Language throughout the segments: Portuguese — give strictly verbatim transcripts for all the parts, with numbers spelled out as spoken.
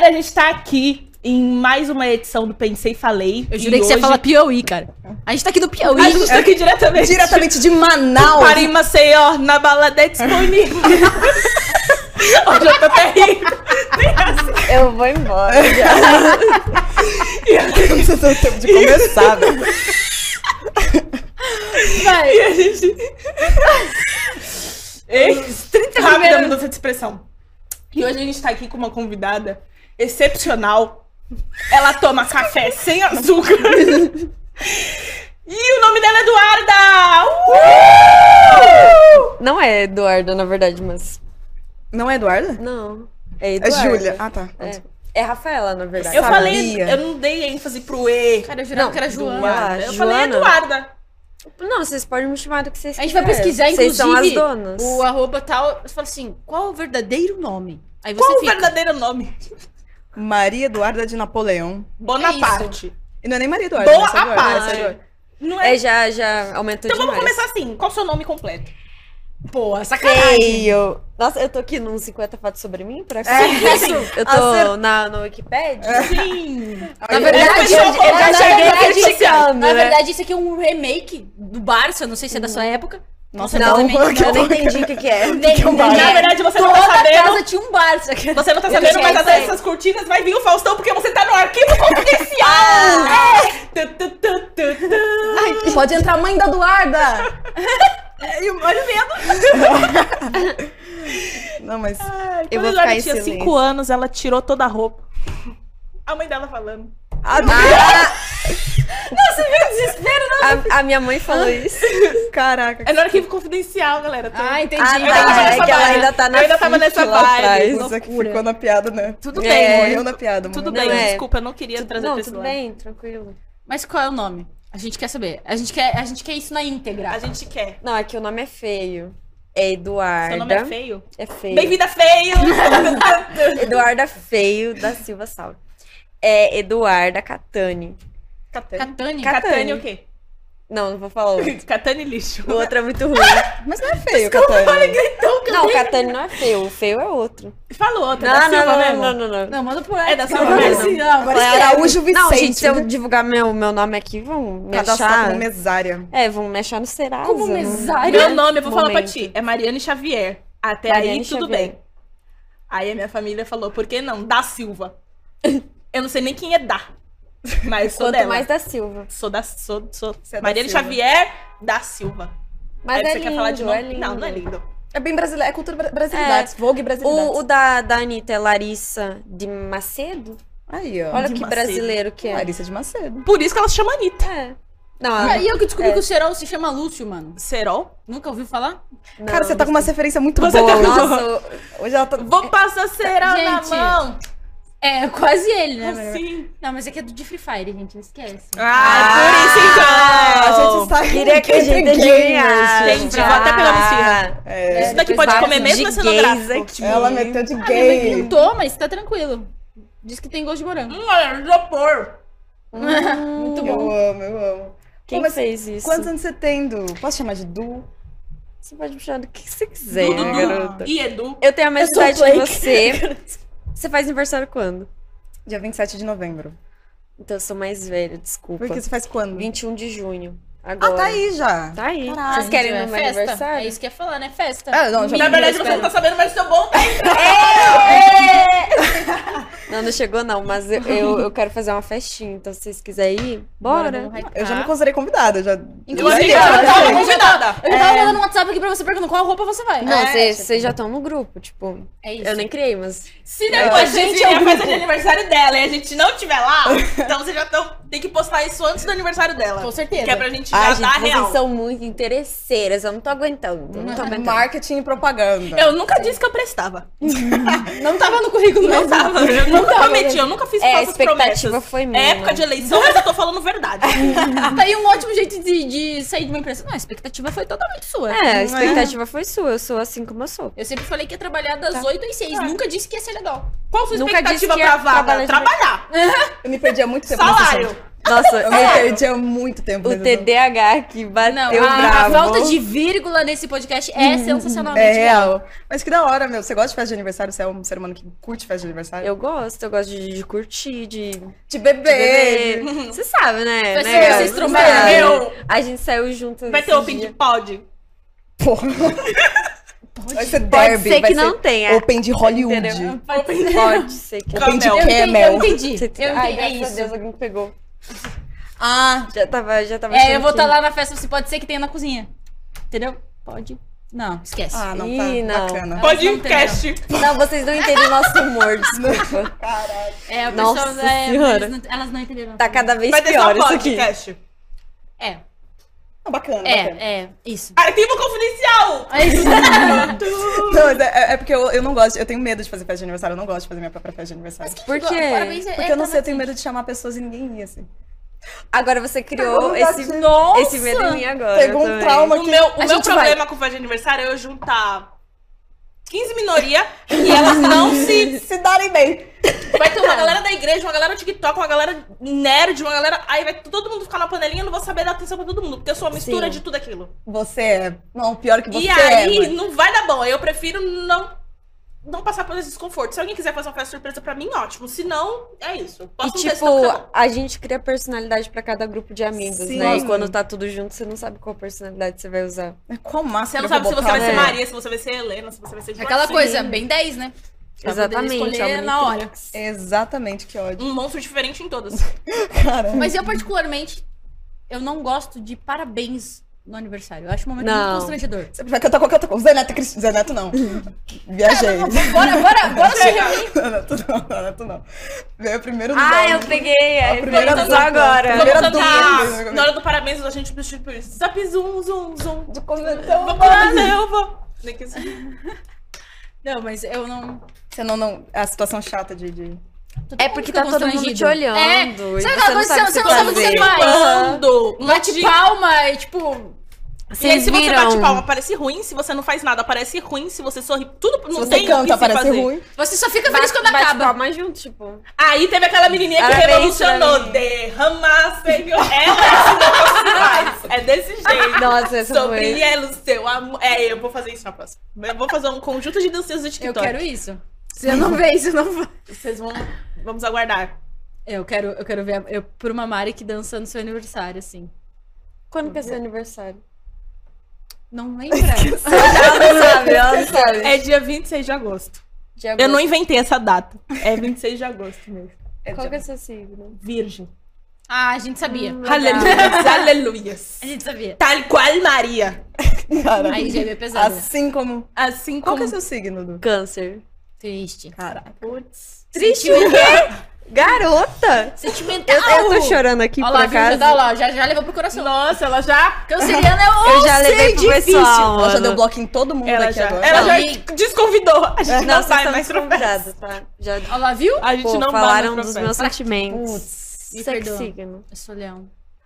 galera, a gente tá aqui em mais uma edição do Pensei e Falei. Eu jurei e que você hoje... ia falar Piauí, cara. A gente tá aqui no Piauí. A gente tá aqui diretamente. Diretamente de Manaus. Para em Maceió, na balada disponível. Hoje eu tô até rindo. Eu vou embora já. Não precisa ter o tempo de começar, velho. Vai. E a gente... Ei, trinta rápida primeiros. mudança de expressão. E hoje a gente tá aqui com uma convidada excepcional. Ela toma café sem açúcar. E o nome dela é Eduarda! Uh! Não é Eduarda, na verdade, mas... Não é Eduarda? Não. É É Eduarda. Júlia. Ah, tá. É. É Rafaela, na verdade. Eu Sabia. falei, eu não dei ênfase pro E. Cara, eu jurava Não, que era Joana. Eduarda. Eu falei Joana? Eduarda. Não, vocês podem me chamar do que vocês A gente vai quiserem. pesquisar, Vocês são as inclusive, donas. o arroba tal. Você fala assim, qual é o verdadeiro nome? Aí você Qual o fica... verdadeiro nome? Maria Eduarda de Napoleão. Bonaparte. E não é nem Maria Eduarda. Boa né? Só Eduarda, parte. é só Eduarda. Não é? É, já, já aumentou Então vamos demais. começar assim. Qual o seu nome completo? Pô, sacanagem. Feio. Nossa, eu tô aqui num cinquenta fatos sobre mim, por acaso? É, isso. Eu tô Acer- na, no Wikipedia? Sim. Na verdade, eu- eu, eu- eu já eu- cheguei eu- na eu- criticando, Na né? verdade, isso aqui é um remake do Barça, não sei se é da sua época. Nossa, Não, não. eu nem entendi o que que é. Nem, que é um nem Barça? Na é. verdade, você não Toda tá sabendo. casa tinha um Barça. Você não tá Eu sabendo, sei, mas eu às sei. vezes essas cortinas vai vir o Faustão porque você tá no arquivo confidencial. Ah. É. Tu, tu, tu, tu, tu. Pode entrar a mãe da Eduarda. E o- Olha o medo. Não, mas... Ai, Eu quando vou a Eduarda ficar em tinha silêncio. cinco anos, ela tirou toda a roupa. A mãe dela falando. Ah, A, a minha mãe falou isso. caraca. É no arquivo confidencial, galera. Tô- Ah, entendi. Ah, Eu tá. tava nessa É que ela vibe. ainda tá na Eu ainda tava nessa ficha lá vibe. atrás. Você que loucura. ficou na piada, né? Tudo É. bem. Morreu na piada. Tudo morreu. bem, Não, é. desculpa, eu não queria trazer Não, pra esse tudo lado. bem, tranquilo. Mas qual é o nome? A gente quer saber. A gente quer, a gente quer isso na íntegra. A gente quer. Não, é que o nome é feio. É Eduarda. Seu nome é feio? É feio. Bem-vinda, feio! Eduarda Feio da Silva Salve. É Eduarda Catani. Catane. Catane. Catane. Catane o quê? Não, não vou falar o outro. Catane lixo. O outro é muito ruim. Mas não é feio, Catane. Não, o Catani não é feio. O feio é outro. Fala o outro, é Não, da não, Silva não, mesmo? não, não, não. Não, manda por É da essa. Silva Não, mesmo? assim, não. Agora É, é Araújo Vicente. Não, gente, se eu divulgar meu, meu nome aqui, vão me Cadastrar achar... como mesária. É, vão me achar no Serasa. Como não- mesária? Meu nome, eu vou falar pra Momento. ti, é Mariane Xavier. Até Mariane aí, tudo Xavier. bem. Aí a minha família falou, por que não? Da Silva. Eu não sei nem quem é da, mas sou Quanto dela. mais da Silva. Sou da... Sou, sou Você é da Mariane Silva. Xavier da Silva. Mas Aí é você lindo, quer falar de nome? é lindo. Não, não é lindo. É bem brasileiro. É cultura bra- brasilidades. Vogue brasilidades. O, o da, da Anitta é Larissa de Macedo? Aí, ó. Olha De que Macedo. brasileiro que é. Larissa de Macedo. Por isso que ela se chama Anitta. É. Não, Ah, e eu que descobri É. que o Serol se chama Lúcio, mano. Serol? Nunca ouviu falar? não, Cara, você tá com uma referência muito Você boa. tá- Nossa, hoje ela tá... Vou passar Serol Gente. na mão. É, quase ele, né? Assim. Não, mas é que é do de Free Fire, gente, não esquece. Ah, por isso Ah, então. a gente está Queria que a gente entre gamers, adivinhasse. gente. Entendi, vou até pegar uma esfirra. É, Isso daqui depois pode vai comer de mesmo é cenográfico? gays aqui. ela meteu de A minha mãe gay. perguntou, mas tá tranquilo. Diz que tem gosto de morango. Hum, olha, isopor. Muito Eu bom. amo, eu amo. Quem Pô, mas fez isso? Quantos anos você tem, Du? Posso chamar de Du? Você pode me chamar do que você quiser, Dudu garota. e Edu. Eu tenho a mesma sou idade que Blake. você. Você faz aniversário quando? Dia vinte e sete de novembro. Então eu sou mais velha, desculpa. Porque você faz quando? vinte e um de junho. Agora. Ah, tá aí já. Tá aí. Caralho, Vocês querem é no meu festa? aniversário? É isso que ia falar, né? Festa. Ah, não, já- Na verdade, você não tá sabendo, mas seu bom. Não, não chegou não, mas eu, eu, eu quero fazer uma festinha, então se vocês quiserem ir, bora. vamos hypar. Eu já me considerei convidada. Eu já... Inclusive, Eu eu já já tava tava convidada. Eu já tava mandando um WhatsApp aqui pra você perguntando qual roupa você vai. Não, É, vocês tipo- vocês já estão no grupo, tipo. É isso. Eu nem criei, mas. Se depois A a gente gente é o ir a grupo. festa de aniversário dela e a gente não tiver lá, então vocês já estão. Tem que postar isso antes do aniversário dela. Com certeza. Que é pra gente já Ai, dar gente, vocês real. são muito interesseiras. Eu não tô aguentando. Eu não tô aguentando. Marketing e propaganda. Eu nunca disse que eu prestava. Não tava no currículo Não mesmo. tava. Eu nunca prometi, eu nunca fiz É, a falsas expectativa promessas. foi É minha. época de eleição, mas eu tô falando verdade. Tá aí um ótimo jeito de, de sair de uma empresa. Não, a expectativa foi totalmente sua. É, a expectativa foi sua. Eu sou assim como eu sou. Eu sempre falei que ia trabalhar das oito às seis. Nunca disse que ia ser legal. Qual a sua Nunca expectativa disse que pra ia vaga? trabalhar de- Trabalhar. Eu me perdi há muito tempo nesse Salário. assunto. Nossa, Eu me é, perdi há muito tempo. o nesse T D A H aqui bateu Não, a, a bravo. falta de vírgula nesse podcast é sensacionalmente É real. real. Mas que da hora, meu. Você gosta de festa de aniversário? Você é um ser humano que curte festa de aniversário? Eu gosto, eu gosto de, de curtir, de, de De beber. beber. Você sabe, né? Vai né, ser Gabi? esse instrumento. Sabe? Meu. A gente saiu junto. Vai ter esses open de dias. pod? Porra. Vai ser Pode derby. ser vai que não tenha. Open de Hollywood. Entendeu? Open Pode ser que Open de Camel. Eu entendi, Camel. eu entendi. Você- Eu Ai, entendi, é graças a isso. Deus, alguém pegou. Ah, Já tava, já tava É, achando eu vou estar que- lá na festa, você pode ser que tenha na cozinha. Entendeu? Pode. Não, esquece. ah, não, Ih, tá não. bacana. Podcast. Não, vocês não entendem o nosso humor, desculpa. Caralho. É, o Nossa pessoal, é, Senhora. eles não- elas não entenderam. Tá cada vez Vai ter pior só isso aqui. podcast. É, Não, bacana, é, bacana. é, isso. Arquivo confidencial! É isso. Não, mas é, é porque eu, eu não gosto, eu tenho medo de fazer festa de aniversário, eu não gosto de fazer minha própria festa de aniversário. Por quê? Parabéns, é- Porque é eu não sei, eu tenho também. medo de chamar pessoas e ninguém ir, assim. Agora você criou Agora esse, tá- Nossa! esse medo em mim agora. Pegou um também. trauma. O meu, o A meu gente problema com festa de aniversário é eu juntar quinze minoria e elas não se... Se darem bem. Vai ter uma galera da igreja, uma galera do TikTok, uma galera nerd, uma galera... Aí vai todo mundo ficar na panelinha, eu não vou saber dar atenção pra todo mundo, porque eu sou uma mistura Sim. de tudo aquilo. Você é. Não, pior que você E é. aí mano. não vai dar bom, eu prefiro não... Não passar por esse desconforto. Se alguém quiser fazer uma festa surpresa pra mim, ótimo. Se não, é isso. E Posso não ter tipo, estado cada um. a gente cria personalidade pra cada grupo de amigos, Sim. né? E quando tá tudo junto, você não sabe qual personalidade você vai usar. Qual máscara Você não eu sabe vou se você botar, vai ser né? Maria, se você vai ser Helena, se você vai ser Aquela Joaquim. coisa, bem dez, né? Pra poder Exatamente. escolher é na hora. Exatamente, que ódio. Um monstro diferente em todas. Caramba. Mas eu, particularmente, eu não gosto de parabéns no aniversário. Eu acho um momento Não. muito constrangedor. Você vai cantar qualquer outra coisa. Zé Neto, Cris- Zé Neto não. Viajei. Bora, bora, bora se reunir. Zé Neto não, Zé Neto não. Veio primeiro dos Ah, eu olhos. peguei a primeira referência dúvida. agora. Vamos Primeira cantar. dúvida. Na hora do parabéns, a gente tipo isso. Zap, zoom, zoom, zoom. De convenção, Vou mano. pra selva. Nem que isso- Não, mas eu não... Você não, não. A situação chata de. de... Todo É mundo porque fica tá todo mundo constrangido. te olhando. É. E Sabe você aquela não coisa sabe o que você que não sabe o que fazer. você faz? Quando? Um monte Bate de... palma e, tipo... E aí, Vocês se você viram? bate palma, parece ruim. Se você não faz nada, parece ruim. Se você sorri, tudo Se não você tem o que canta, se parece fazer. ruim. Você só fica feliz quando Bate acaba. palma junto, tipo. Aí teve aquela menininha que Parabéns revolucionou. pra mim. Derramar, Senhor. Ela ensinou o que se faz. É desse jeito. Nossa, essa Sobre foi. ela, o seu amor. É, eu vou fazer isso na próxima. Eu vou fazer um conjunto de dancinhas do Eu TikTok. quero isso. Se eu não ver isso, eu não vou. Vocês vão... Vamos aguardar. Eu quero, eu quero ver eu, por uma Mari que dança no seu aniversário, assim. Quando que é seu aniversário? Não lembra? Ela não sabe, ela não sabe. É dia vinte e seis de agosto. De Eu agosto. não inventei essa data. É vinte e seis de agosto mesmo. Qual que é seu signo? Virgem. Ah, a gente sabia. Aleluias, aleluias. A gente sabia. Tal qual Maria. Caralho. Aí já é meio pesado. Assim como. Assim Qual como... que é seu signo, Du? Câncer. Triste. Caraca. Putz. Triste o quê? Garota! Sentimental. Eu, eu tô chorando aqui, Olha por lá, viu? Já, acaso. dá lá, já, já levou pro coração. Nossa, ela já... Canceriana é o Eu já levei pro Difícil. pessoal, Ela já mano. deu bloco em todo mundo Ela aqui já, agora. ela já E- desconvidou. A gente Não, não, vocês vai estão mais pro desconvidados, tá? Já Olha lá, viu? A gente pô, não falaram vai dos mais meus pro sentimentos. Putz. Me Você que perdoa. signo? Eu sou leão.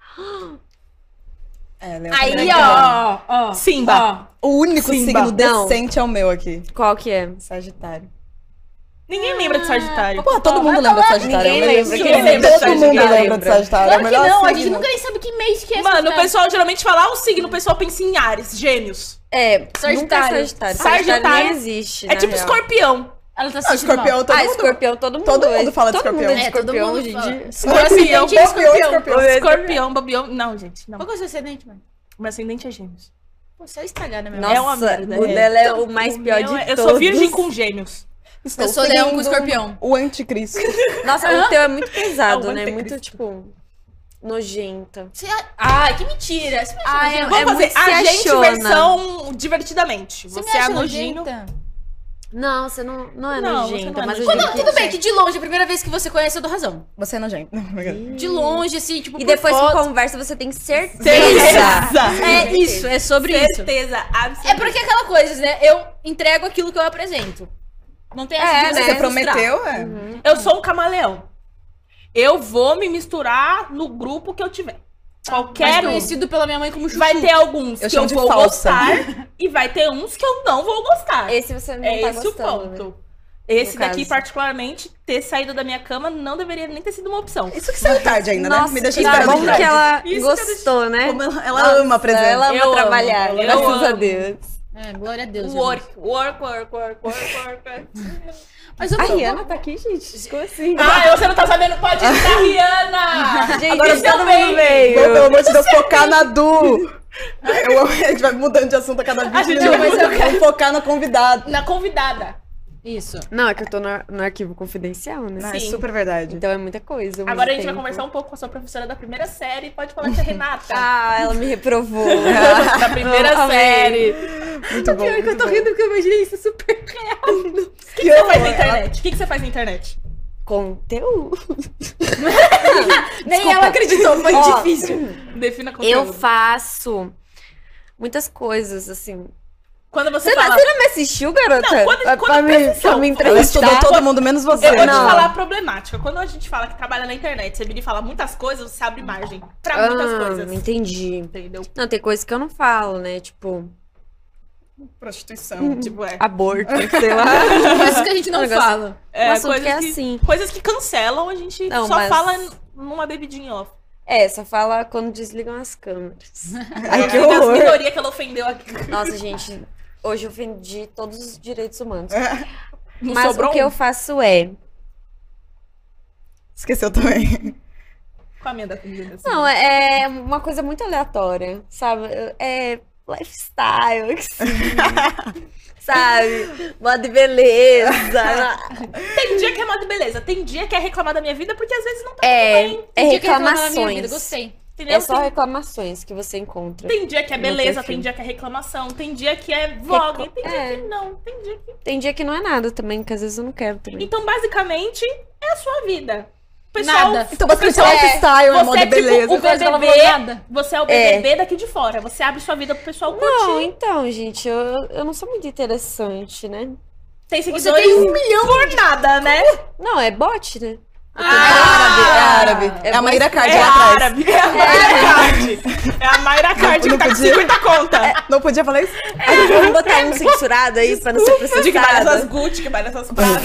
É, Leão Aí, também. ó, ó. Simba. O único Simba. signo Não. decente é o meu aqui. Qual que é? Sagitário. Ninguém lembra de Sagitário. Pô, todo mundo lembra de Sagitário. Ninguém é o melhor- lembra, quem lembra de Todo mundo Sagitário? lembra de Sagitário. Claro é o que melhor não, a gente signo. nunca nem sabe que mês que é Mano, o Sagitário. pessoal geralmente fala o signo, o pessoal pensa em Ares, Gêmeos. É, Sagitário. nunca é Sagitário. Sagitário. Sagitário nem existe, É na tipo real. escorpião. Ela tá Ah, assistindo escorpião, mal. todo Ah, mundo. escorpião, todo mundo. Todo mundo fala de todo escorpião. Mundo é de É, todo escorpião mundo hoje em fala. dia. Meu Escorpião, ascendente é escorpião, escorpião. escorpião. Escorpião, babião. Não, gente, não. Qual que é o seu ascendente, mano? Meu ascendente é Gêmeos. Pô, você é estragada mesmo. Nossa, É uma merda, o é. dela é o mais O pior meu de é- todos. Eu sou virgem com Gêmeos. Estou Eu sou leão com seguindo escorpião. O anticristo. Nossa, o teu é muito pesado, É o né? anticristo. Muito, tipo, nojenta. Você... Ai, que mentira. Você me acha Ah, nojenta? Vamos É fazer muito a se gente achona. versão divertidamente. Você Você, me é acha nojinho. nojenta? Não, você não, não é Não, você nojenta, não é mas eu nojenta. digo Não, que... tudo bem que de longe, a primeira vez que você conhece, eu dou razão. Você é nojento. Não, brincadeira. De longe, assim, tipo, E por depois foto. com conversa você tem certeza. Certeza. É isso, é sobre isso. Certeza absoluta. É porque aquela coisa, né? Eu entrego aquilo que eu apresento. Não tem essa É, de né? você Você frustrar. prometeu, é. Eu sou um camaleão. Eu vou me misturar no grupo que eu tiver. Mais Qualquer um. conhecido pela minha mãe como chuchu. Vai ter alguns Eu que chamo eu de vou falsa. gostar e vai ter uns que eu não vou gostar. Esse você não é tá esse gostando, o ponto. né? Esse No daqui, caso. particularmente, ter saído da minha cama não deveria nem ter sido uma opção. Isso que saiu tarde ainda, né? Nossa, Me deixa que esperando bom demais. que ela Isso que eu gostou, né? Como ela, ela ama a presença. Ela ama Eu amo, trabalhar, eu graças amo. a Deus. É, glória a Deus. Work, work, work, work, work, work. Mas eu A tô... Rihanna tá aqui, gente. Como assim? Ah, você não tá sabendo, pode ir da Rihanna! Gente, Agora todo seu mundo bem. veio. Vou, pelo amor de Deus, focar na Du. Eu amo, a gente vai mudando de assunto a cada A vinte gente minutos. vai Mas eu quero focar na convidada. Na convidada. Isso. Não, é que eu tô no, no arquivo confidencial, né? Ah, é Sim. super verdade. Então é muita coisa. ao Agora a mesmo gente vai tempo. conversar um pouco com a sua professora da primeira série. Pode falar que é Renata. Ah, ela me reprovou. Da primeira Eu amei. série. Muito bom. Pior que eu tô rindo porque eu imaginei isso super real. O que, que você faz na internet? O que, que você faz na internet? Conteúdo. Nem ela acreditou, foi Ó, Difícil. Defina conteúdo. Eu faço muitas coisas, assim. Quando você, Você, fala... não, você não me assistiu, garota? Não, quando- pra, quando pra me, precisou. pra me Ela estudou entrevistar? todo mundo, menos você. Eu vou te Não. falar a problemática. Quando a gente fala que trabalha na internet, você vira e fala muitas coisas, você abre margem pra muitas Ah, coisas. entendi. Entendeu? Não, tem coisas que eu não falo, né? Tipo, Prostituição. Tipo, é. aborto, sei lá. Coisas que a gente não Negócio- fala. É, Um assunto coisas que é assim. Coisas que cancelam, a gente Não, só mas- fala numa bebidinha off. É, só fala quando desligam as câmeras. Ai, que das horror. minorias que ela ofendeu aqui. Nossa, gente, hoje eu ofendi todos os direitos humanos. Não Mas sobrou o que um? eu faço é. Esqueceu também. Com a minha da comida. assim. Não, é uma coisa muito aleatória, sabe? É lifestyle, assim, sabe? Moda e beleza. Tem dia que é moda e beleza, tem dia que é reclamar da minha vida, porque às vezes não tá É, tudo bem. é Tem dia que reclama na minha vida, reclamações. gostei. Entendeu? É só tem, reclamações que você encontra. tem dia que é no beleza, perfil. tem dia que é reclamação, tem dia que é vogue, Reco- tem dia é. que não, tem dia que... Tem dia que não é nada também, que às vezes eu não quero também. Então, basicamente, é a sua vida. O pessoal, Nada. Então, basicamente, pessoal- lifestyle, é você moda é e tipo beleza. o Coisa que ela B B B, falou nada. você é o B B B daqui de fora. Você abre sua vida pro pessoal curtir. Não, então, gente, eu, eu não sou muito interessante, né? Tem Você seguidores tem um milhão por nada, né? Não, é bot, né? É árabe, é árabe. É, a Maíra Card É lá atrás. árabe, é a Mayra Card. É a Mayra Card que não tá com podia. cinquenta conta. Não podia falar isso? Vamos botar um censurado aí pra não ser De que vai nessas processada. Gucci, que vai nessas Prada.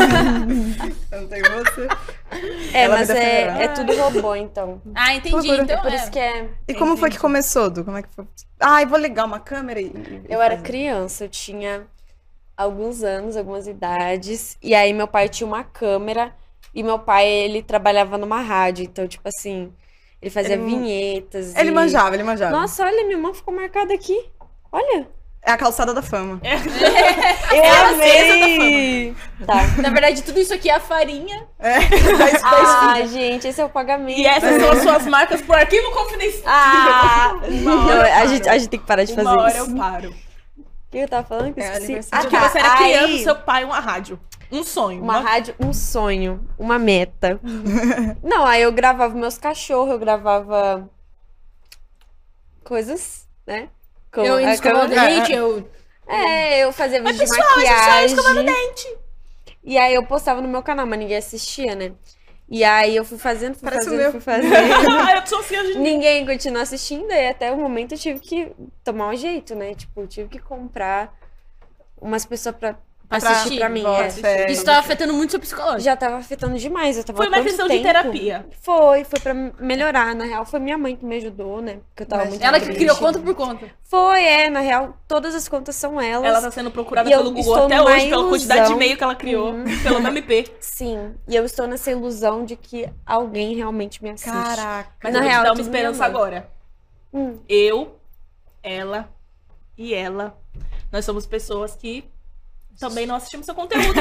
Eu não tenho você. É, Ela mas me é, defenderá. é tudo robô, então. Ah, entendi. Por- Então, Por é. isso que é... E como foi que começou, Du? Como é que foi? Ai, vou ligar uma câmera e... e Eu era fazer. criança, eu tinha alguns anos, algumas idades, e aí meu pai tinha uma câmera, e meu pai, ele trabalhava numa rádio, então, tipo assim, ele fazia Ele- vinhetas Ele e... manjava, ele manjava. Nossa, olha, minha mão ficou marcada aqui. Olha. É a calçada da fama. Eu a amei! Tá. Na verdade, tudo isso aqui é a farinha. É, dez, Ah, gente, esse é o pagamento. E essas são as suas marcas por arquivo confidencial. Ah! Uma Não, hora eu a, paro. gente, a gente tem que parar de fazer Uma hora isso. eu paro. O que eu tava falando? Que eu É, esqueci. aniversário. Porque tá. você era criança, Aí, seu pai uma rádio. Um sonho. Uma rádio, um sonho, uma meta. Não, aí eu gravava meus cachorros, eu gravava coisas, né? Com Eu indo a escovar o câmera- dente, eu... É, eu fazia vídeo de pessoal, a gente só maquiagem. escovando dente. E aí eu postava no meu canal, mas ninguém assistia, né? E aí eu fui fazendo, fui Parece o fazendo, meu. fui fazendo. Ah, eu sou assim hoje em dia. Ninguém continuou assistindo, e até o momento eu tive que tomar um jeito, né? Tipo, eu tive que comprar umas pessoas pra assistir pra mim. Bota é. fé. Isso tá afetando muito o seu psicológico. Já tava afetando demais, eu tava Foi há uma tanto questão de tempo. terapia. Foi, foi pra melhorar. Na real, foi minha mãe que me ajudou, né? Porque eu tava Mas muito Ela que triste. criou conta por conta. Foi, é. Na real, todas as contas são elas. Ela tá sendo procurada E eu pelo Google estou até numa hoje, pela quantidade de ilusão. e-mail que ela criou, pelo M P. Sim. E eu estou nessa ilusão de que alguém realmente me assiste. Caraca. Mas Na eu vou real, te dar uma tudo minha esperança mãe. agora. Hum. Eu, ela e ela, nós somos pessoas que também não assistimos seu conteúdo.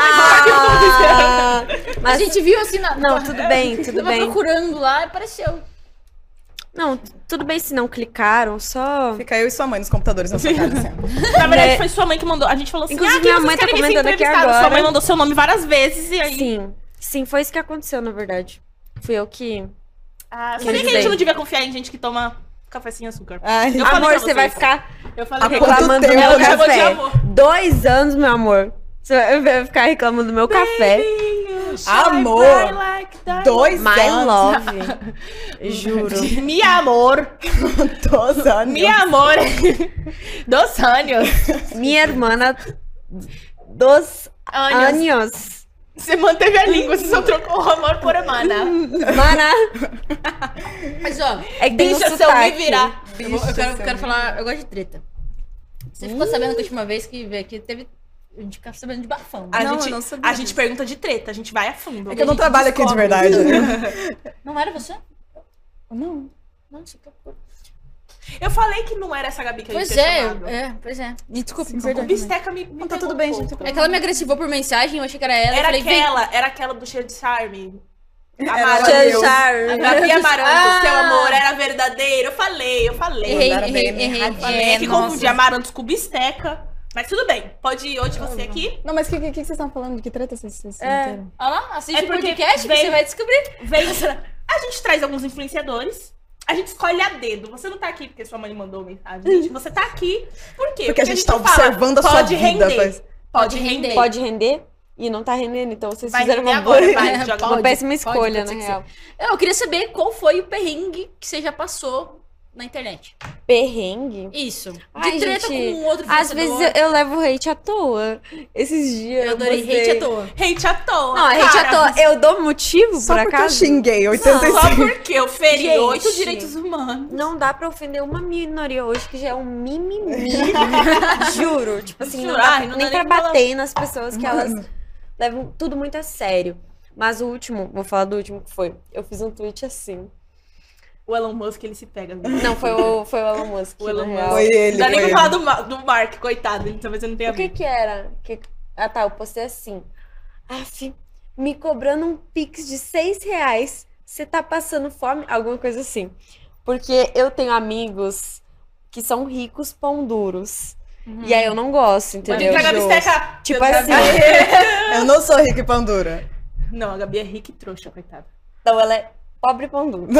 Ah, A mas gente viu assim na... Não, tudo bem, tudo Tava bem. procurando lá e apareceu. Não, tudo bem se não clicaram, só. Fica eu e sua mãe nos computadores na sua casa, assim. Na verdade, Né? foi sua mãe que mandou. A gente falou assim, Inclusive, ah, quem minha vocês mãe tá querem vir ser comentando aqui entrevistados? Sua agora. mãe mandou seu nome várias vezes e aí... Sim. Sim, foi isso que aconteceu, na verdade. Fui eu que. Ah, Que sabia que a gente ajudei. não devia confiar em gente que toma café sem açúcar. Ai, Eu falei Amor, pra você vai vocês. ficar Eu falei, Há quanto reclamando do tempo, meu né? Eu vou de café. amor. Dois anos, meu amor. Você vai ficar reclamando do meu café. Amor. Dois My anos. love. Juro. Mi amor. Dois anos. Mi amor. Dos anos. Minha irmã dos Anos. Anos. Você manteve a língua, você só trocou o amor por mana. Mana. Mas, ó, É que tem um Bicha, se eu me sotaque. virar. eu, vou- eu quero, eu quero falar, eu gosto de treta. Você ficou sabendo que a última vez que veio aqui teve. A gente ficava sabendo de bafão. A, Não, gente, eu não sabia a gente disso. pergunta de treta, a gente vai a fundo. É que eu não A gente trabalho aqui de descobre. verdade. Não era você? Não. Não, você tá... Eu falei que não era essa Gabi que a gente Pois tinha é, chamado. é, pois é. Me desculpa, me O perdoe. Bisteca me, me Não, tá pegou tudo bem, um gente. pouco. É que ela me agressivou por mensagem, eu achei que era ela. Era eu falei, vem. aquela, era aquela do cheiro de charme. Era Amaranto. eu. A Gabi Amaranto, Ah. seu amor era verdadeiro. Eu falei, eu falei. Errei, Mandaram errei, bem, errei. Falei É, que nossa. confundi Amarantos com Bisteca. Mas tudo bem, pode ir hoje você aqui. Não, mas o que, que, que vocês estão falando? De que treta vocês, vocês É. meteram? Olha lá, assiste É o porque podcast que veio- você vai descobrir. Vem, a gente traz alguns influenciadores. A gente escolhe a dedo. Você não tá aqui porque sua mãe mandou mensagem. Gente, você tá aqui por quê? Porque a gente tá fala, observando a sua pode vida, Render, faz- Pode Pode render. Pode render e não tá rendendo, então vocês Vai fizeram render uma boa. agora, vai. É, joga Uma pode, péssima pode, escolha, pode na ser real. que Eu queria saber qual foi o perrengue que você já passou na internet. Perrengue. Isso. De Ai, treta gente, com um outro Às vezes influenciador. eu, eu levo hate à toa. Esses dias. Eu adorei postei- hate à toa. Hate à toa. Não, hate à cara. toa. Eu dou motivo, Só por porque acaso? eu xinguei oitenta e Só cinco. porque eu feri Gente. oito direitos humanos. Não dá pra ofender uma minoria hoje, que já é um mimimi. Juro. Tipo assim, não Juro, dá ai, não nem dá pra nem pra bater nas pessoas que elas Mano. levam tudo muito a sério. Mas o último, vou falar do último que foi. Eu fiz um tweet assim. O Elon Musk, ele se pega. Não, foi o, foi o Elon Musk. O Elon na Musk. real. Foi ele, Não dá nem foi pra ele. falar do, Ma- do Mark, coitado. Ele talvez eu não tenha O que visto. que era? Que... Ah tá, eu postei assim. Aff, me cobrando um pix de seis reais. Você tá passando fome? Alguma coisa assim. Porque eu tenho amigos que são ricos pão duros. E aí eu não gosto, Pode entendeu? entregar a bisteca. Tipo Eu- assim. Eu não sou rica e pão dura. Não, a Gabi é rica e trouxa, coitada. Então ela é pobre pão duro.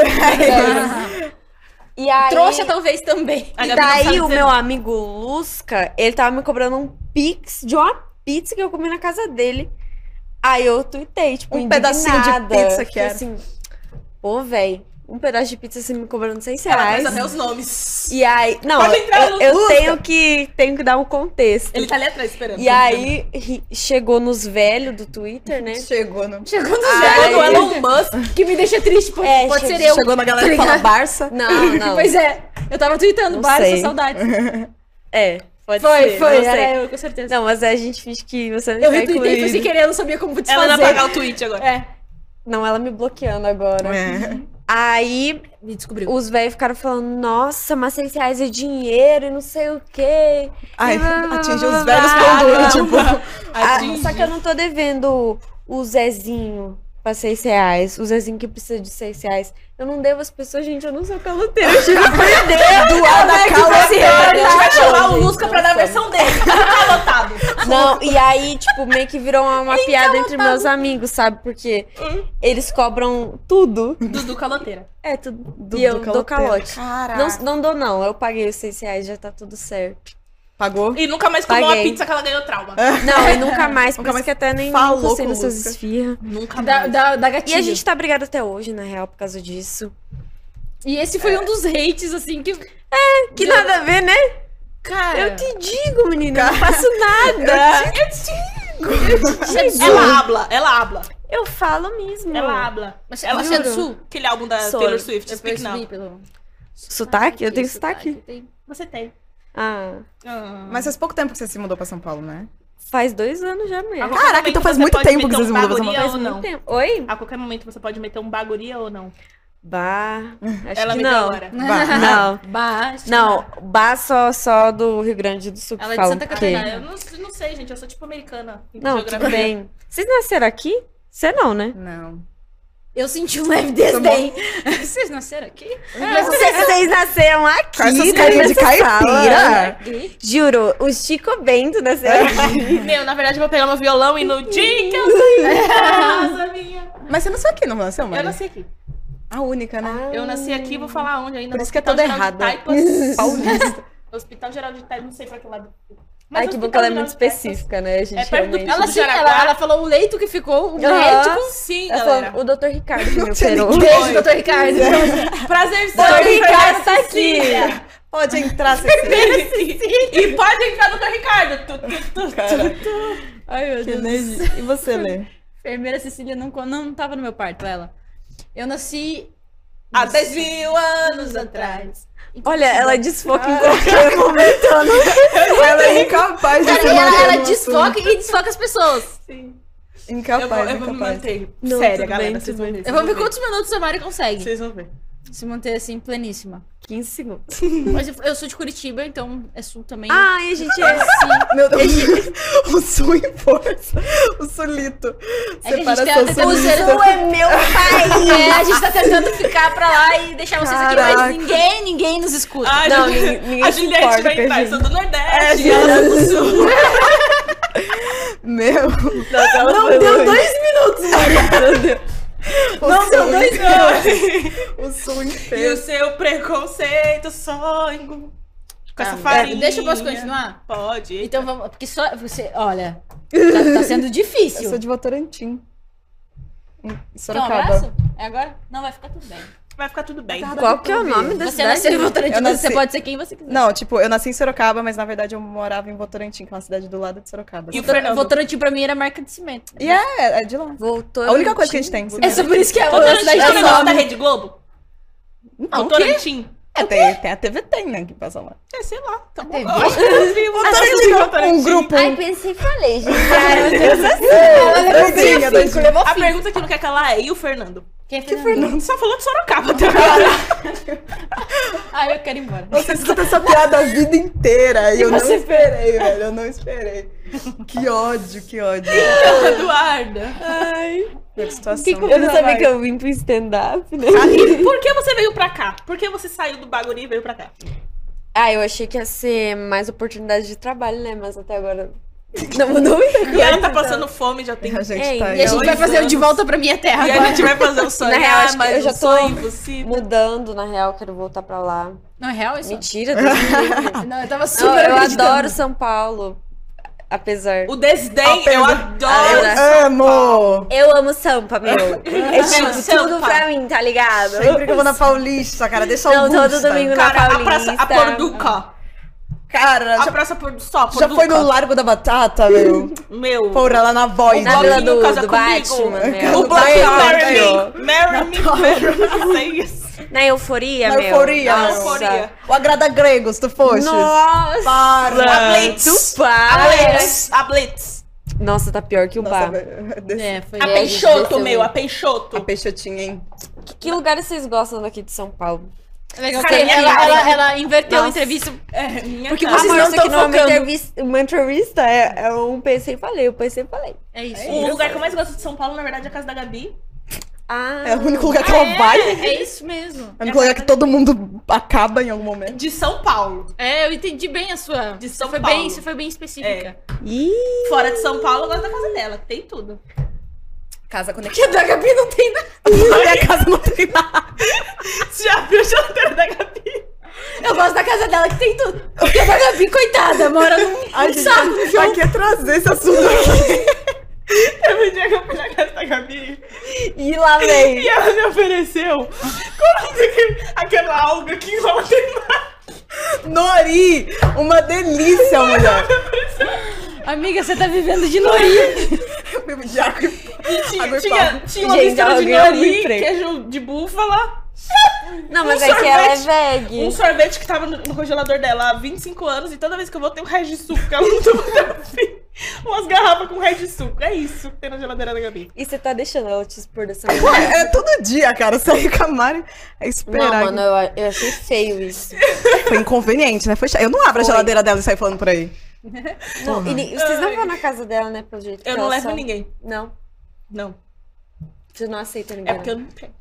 E aí... Trouxa talvez também. A E Gabi não sabe daí o dizer meu não. amigo Lusca, ele tava me cobrando um pix de uma pizza que eu comi na casa dele. Aí eu tuitei, tipo, Um pedacinho de indignada. pizza que Fiquei era. assim, pô, véi, um pedaço de pizza você me cobrando seis Ela reais. faz até os nomes. E aí, não, Pode entrar, eu, eu Lusca. tenho que, tenho que dar um contexto. Ele tá ali atrás esperando. E aí, ri- chegou nos velhos do Twitter, né? Chegou, não. Chegou no Ai. zero. Chegou o Elon Musk. Que me deixa triste, pode, É, pode che- ser eu. Chegou na galera que Tá fala ligado? Barça. Não, não. Pois é, eu tava tweetando Não Barça, sei. saudades. É, pode Foi, ser. foi, não sei. era eu, com certeza. Não, mas a gente finge que você não eu está retuitei, foi sem incluído. querer, eu não sabia como Ela desfazer. vai apagar o tweet agora. É, Não, ela me bloqueando agora. É. Aí, me descobriu. os velhos ficaram falando, nossa, mas seis reais é dinheiro e não sei o quê. Ai, E blá, blá, blá, atingiu blá, os velhos blá, pão duro, blá, tipo. blá. Ah, Atinge. só que eu não tô devendo o Zezinho pra seis reais. O Zezinho que precisa de seis reais. Eu não devo as pessoas, gente, eu não sou caloteira. Eu tive que perder. Doar da caloteira. A gente vai chamar o Gente, Lusca pra dar a nossa. versão dele. Tá lotado. Não, e aí, tipo, meio que virou uma, uma piada entre meus amigos, sabe? Porque eles cobram tudo. Dudu Caloteira. É, tudo. Do- e eu do dou caloteiro. calote. Caraca. Não, não dou, não. Eu paguei os seis reais, já tá tudo certo. Pagou? E nunca mais comeu a Paguei. pizza que ela ganhou trauma. Não, e nunca mais, por Nunca isso mais que até nem falou encostei com nos o seus Lusca. esfirra. Nunca Da, mais. da, da E gatilho. a gente tá brigado até hoje, na real, por causa disso. E esse foi um dos hates, assim, que... Que nada a ver, né? Cara... Eu te digo, menina, eu não faço nada. Ela habla, ela habla. Eu falo mesmo. Ela habla. Mas Ela você é do juro. sul? Aquele álbum da Sou. Taylor Swift, Eu Speak Now. percebi pelo... Sotaque? Eu tenho sotaque. Tem. Você tem. Ah, Ah. Mas faz pouco tempo que você se mudou pra São Paulo, né? faz dois anos já mesmo. A qualquer Caraca, momento então faz você muito pode tempo que meter você um se mudou pra São baguria Paulo. ou não. Muito tempo. Oi? A qualquer momento você pode meter um baguria ou não. Bah, acho Ela que me deu não. agora. Bah. Não. Baixa. Não, Bah só, só do Rio Grande do Sul que Ela é de falam Santa porque- Ah, eu não, não sei, gente. Eu sou tipo americana. em Não, geografia. tudo bem. Vocês nasceram aqui? Você não, né? Não. Eu senti um leve desdém. Vocês nasceram aqui? Mas vocês, vocês nasceram aqui, Com essas né, carinhas de nessa sala. caipira. Aqui. Juro, o Chico Bento nasceu aqui. Meu, na verdade eu vou pegar meu violão e no dia que eu sair da casa minha. Mas você nasceu aqui, não nasceu, Eu Maria? nasci aqui. A única, né? Eu nasci aqui, vou falar onde ainda. Por no isso que é Hospital toda Geral de errada. Taipas. Paulista. Hospital Geral de Taipas, não sei pra que lado. Ai, o que bom Hospital que ela é Geral muito de Taipas- específica, né? A gente É perto do realmente... Ela do sim, ela, Jaraguá. ela falou o leito que ficou, o Aham. médico. Sim, Ela galera. falou, o doutor Ricardo que me tinha operou. ninguém. Beijo, doutor Ricardo. Prazer, Doutor Ricardo tá aqui. Pode entrar, Cecília. E pode entrar, doutor Ricardo. Tu, tu, tu, Cara. tu, tu. Ai, meu Que Deus. energia. E você, Lê? Enfermeira Cecília não, não tava no meu parto, ela. Você, Lê? Não, não tava no meu parto, ela. Eu nasci Há dez mil anos atrás. Olha, ela desfoca em qualquer momento. Ela não... Ela é incapaz de se Ela, manter ela no desfoca e desfoca as pessoas. Sim. Incapaz, Eu vou, eu vou me incapaz. manter. Não, Séria, tudo galera. bem, Vocês tudo vão ver. bem. Eu vou ver quantos minutos a Mari consegue Vocês vão ver. se manter assim, pleníssima. quinze segundos. Mas eu, eu sou de Curitiba, então é sul também. Ai, a gente é... Meu Deus, o sul em força. O sulito. É que a gente Separação tá tentando sulista. ser- Tu é meu pai! É, a gente tá tentando ficar pra lá e deixar vocês aqui, Caraca. mas ninguém, ninguém nos escuta. Ah, Não, Juli- ninguém- ninguém a se Juliette importa vai com a entrar. Eu gente. sou do Nordeste. É, e ela é do Sul. Meu. Não deu dois minutos, Maria. Não deu. Não deu dois Não. O sul E o inteiro. seu preconceito sonho. Com essa Tá, farinha. deixa eu posso continuar? Pode. Então vamos, porque só você, olha, tá, tá sendo Eu difícil. sou de Votorantim. Em Quer um Sorocaba. abraço? É agora? Não, vai ficar tudo bem. Vai ficar tudo bem. Qual que é o nome da Você cidade? nasceu em Votorantim, Eu mas nasci- você pode ser quem você quiser. Não, tipo, eu nasci em Sorocaba, mas na verdade eu morava em Votorantim, que é uma cidade do lado de Sorocaba. E o Votor- Fernando? Votorantim pra mim era marca de cimento. E é, é de lá. Voltou. A única coisa que a gente tem. É só por isso que é a Votorantim cidade é o tem negócio da nome. Rede Globo? Não, o quê? Votorantim. É, tem, tem a T V Tem, né, que passa lá. É, sei lá. Tá bom. T V? Eu acho que eu vi Votorantim. Votorantim. Um grupo. Ai, pensei e falei, gente. Ai, meu Deus. Doidinha, doidinha. A pergunta que não quer calar é, e o Fernando? Quem é Fernando? Só falou de Sorocaba até agora. Ah, eu quero ir embora. Você escuta essa piada a vida inteira e eu não você esperei, velho. Eu não esperei. Que ódio, que ódio. Eduarda. Ai. Que situação. Eu não sabia que eu vim pro stand-up, né? E por que você veio pra cá? Por que você saiu do bagulho e veio pra cá? Ah, eu achei que ia ser mais oportunidade de trabalho, né? Mas até agora não mudou muita coisa. E ela tá então. passando fome, já tem... A gente Ei, tá e E a gente dois vai fazer o De anos. Volta pra Minha Terra E a agora. gente vai fazer o sonho. Na real, acho que mas eu já o tô sonho impossível. mudando, na real, quero voltar pra lá. Não é real isso? Mentira, Deus me livre. Não, eu tava super Não, eu acreditando. adoro São Paulo. Apesar. O desdém, Apesar- eu Ah, adoro. eu Amo! Eu amo Sampa, meu. É tipo Sampa. tudo pra mim, tá ligado? Sempre que eu vou na Paulista, cara, deixa Não, Augusta. todo domingo na Cara, a praça, a Paulista. Porduca. Cara, A já, praça por só, já foi no Largo da Batata, meu? Meu. Porra, lá na Void. Na Vila do, Casa do comigo. Batman, meu. O Black Aí, Marry aí, Me. Marry Me, Marry Me. Sei isso. Na euforia, Na meu. euforia, Na meu. euforia. O Agrada Gregos, tu foste? Nossa! Para! A Blitz. Tu A para! Blitz. A Blitz. Nossa, tá pior que o Nossa, bar. desse- É, foi. A É, a gente Peixoto, desceu meu. muito. A Peixoto. A peixotinha, hein? Que, que lugares vocês gostam daqui de São Paulo? É legal Cara, que minha ela, cara. ela, ela inverteu a Nossa. entrevista. É, minha Porque cara. vocês Ah, não mas isso tão aqui não é uma focando. entrevista, uma entrevista, é, é um pensei e falei, eu pensei e falei. É isso. O lugar que eu mais gosto de São Paulo, na verdade, é a casa da Gabi. Ah, É o único lugar que ela vai. É, é isso mesmo. É o único lugar que todo mundo acaba em algum momento. De São Paulo. É, eu entendi bem a sua. De Você São foi Paulo. bem, você foi bem específica. Ih, Fora de São Paulo, eu gosto da casa dela, que tem tudo. Casa quando é Porque a da Gabi não tem nada. minha casa não tem nada. Você já viu a geladeira da Gabi? Eu gosto da casa dela que tem tudo. Porque a da Gabi, coitada, mora num, Ai, num gente, saco, no chão. pra que trazer esse assunto aqui? Teve um dia que eu fui na casa da Gabi e lá vem. e ela me ofereceu qual é aquele- aquela alga que enrola demais. Nori! Uma delícia, mulher! Amiga, você tá vivendo de nori. Eu bebo de água e Tinha, água e tinha, pau. tinha uma Gente, mistura de alguém arruma nori, emprego. queijo de búfala, Não, mas Um é que ela é sorvete. veg. um sorvete que tava no, no congelador dela há vinte e cinco anos e toda vez que eu vou tem um resto de suco, ela não toma até o fim. Umas garrafas com resto de suco. É isso que tem na geladeira da Gabi. E você tá deixando ela te expor dessa maneira? É todo dia, cara. Sair com a Mari é Não, esperar. mano, eu, eu achei feio isso. Foi inconveniente, né? Foi chato. Eu não abro a Foi. geladeira dela e saio falando por aí. Não, e ni- vocês não vão na casa dela, né, pelo jeito. Eu que não ela levo só- ninguém. Não, Não. você não aceita ninguém. É porque eu não. não tenho.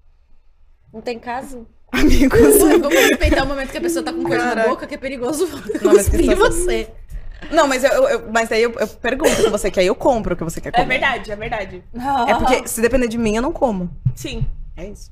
Não tem casa? Amigos. Vamos respeitar o momento que a pessoa tá com coisa na Caraca. boca, que é perigoso Não, mas que cuspir em situação. você. Não, mas, eu, eu- mas aí eu, eu pergunto o que você quer e eu compro o que você quer É comer. verdade, é verdade. É porque se depender de mim, eu não como. Sim. É isso.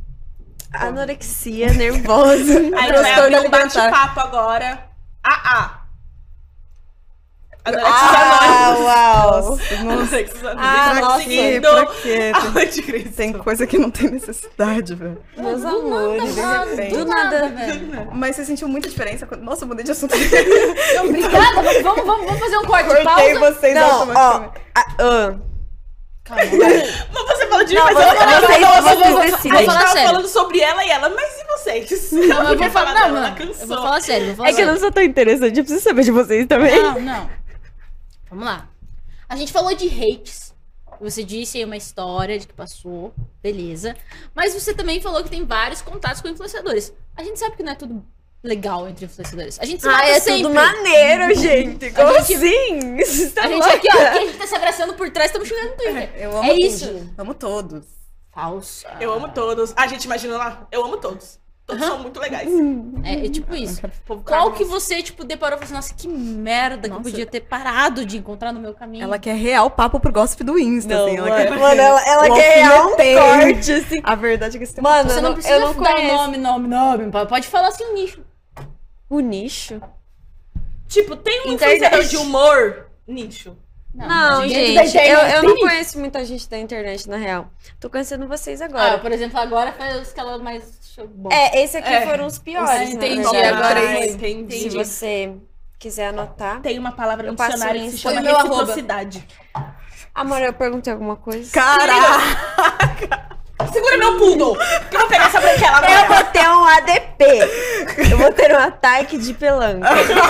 Anorexia, nervosa. Aí vai Transtorno abrir um alimentar. bate-papo agora. Ah, ah. Ah, uau. Nossa, Ah, pra nossa. quê? Pra quê? a Tem, anticristo. tem coisa que não tem necessidade, velho. Meus Do amores. nada, de repente. do Do nada, nada. velho. Mas você sentiu muita diferença? quando- Nossa, eu mudei de assunto. Obrigada, vamos, vamos, vamos, vamos fazer um corte. Cortei Pausa. vocês Não, ó. automaticamente. ah, ah. Calma, vai. Mas você fala de mim, Não, mas você- eu não vocês- não, vocês não, não, decidem. A gente Vou falar tava sério. falando sobre ela e ela, mas e vocês? Não, eu vou quer falar, dela, não, ela não. cansou. Eu vou falar sério, vou falar É que eu sério. não sou tão interessante, eu preciso saber de vocês também. Não, não. Vamos lá. A gente falou de hates. Você disse aí uma história de que passou, beleza. Mas você também falou que tem vários contatos com influenciadores. A gente sabe que não é tudo legal entre influenciadores. A gente se mata Ah, é sempre. tudo maneiro, gente. Como gente- assim? Isso tá A gente louco. aqui, ó, aqui a gente tá se abraçando por trás, estamos chegando no Twitter. Eu amo É isso. Amo todos. Falsa. Eu amo todos. A gente imagina lá, eu amo todos. Todos são muito legais. É, é tipo isso. O povo Qual caga que nisso. você, tipo, deparou e falou assim, nossa, que merda que eu Nossa. podia ter parado de encontrar no meu caminho. Ela quer real papo pro gossip do Insta, Não, assim. Ela mano, quer, mano, ela, ela o quer real um alfineteio. corte, assim. A verdade é que você tem Mano, Você eu não não, precisa eu não dar conheço. nome, nome, nome. Pode falar assim um nicho. O nicho? Tipo, tem um Internet. influenciador de humor nicho. Não, dentro gente, da internet eu, eu tem não nicho. conheço muita gente da internet, na real. Tô conhecendo vocês Ah, agora. por exemplo, agora foi os que ela mais achou bom. É, esse aqui É. foram os piores, Ah, na entendi, verdade. agora Ah, foi. entendi. Se você quiser anotar. Tem uma palavra no Eu passo dicionário o que se Insta. chama Foi o meu arroba. reciprocidade. Amor, eu perguntei alguma coisa? Caraca! Segura meu poodle, que eu vou pegar essa branquela Eu agora. vou ter um A D P. Eu vou ter um ataque de pelanca.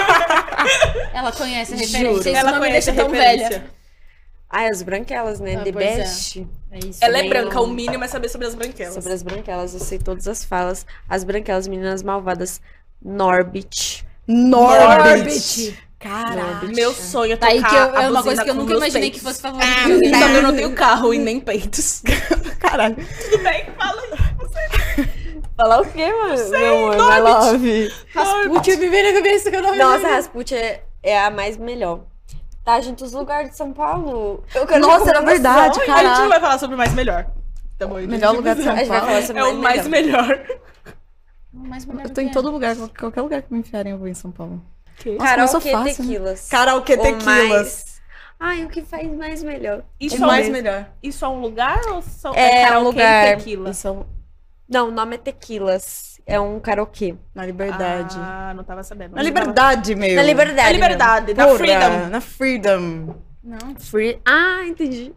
Ela conhece a Juro. referência, isso Ela não me conhece deixa a tão referência. velha. Ai, as branquelas, né? Ah, The pois é. best. É isso. Ela é Também branca, eu- o mínimo é saber sobre as branquelas. Sobre as branquelas, eu sei todas as falas. As branquelas, meninas malvadas. Norbit. Norbit! Caraca! Norbit. Meu sonho é Tá tocar aí que eu- a é uma buzina coisa que eu com nunca meus imaginei peitos. que fosse favorito de alguém. Só que eu não tenho carro e nem peitos. Caralho! Tudo bem, fala aí. Falar o quê, mano? Meu amor, my Norbit. love. Rasputin, me veio na cabeça que eu não Nossa, a Rasputin é, é a mais melhor. Tá, gente, os lugares de São Paulo. Eu quero Nossa, era recomendação. verdade, A cara. gente não vai falar sobre o mais melhor. Tá bom, Melhor lugar de São A gente vai Paulo. falar sobre É o mais melhor. Mas Eu tô em todo lugar, qualquer lugar que me enfiarem eu vou em São Paulo. Nossa, começou Karaokê fácil, né? tequilas. Karaokê Ou tequilas. mais- Ai, o que faz mais melhor? Isso, O é, mais um, melhor. isso é um lugar ou são, É, karaokê um lugar. e tequila? Isso é um- Não, o nome é Tequilas. É um karaokê. na liberdade. Ah, não tava sabendo. na liberdade, meu. Na liberdade. Na liberdade, na Porra, freedom. Na freedom. Não. mesmo. Free. Ah, entendi.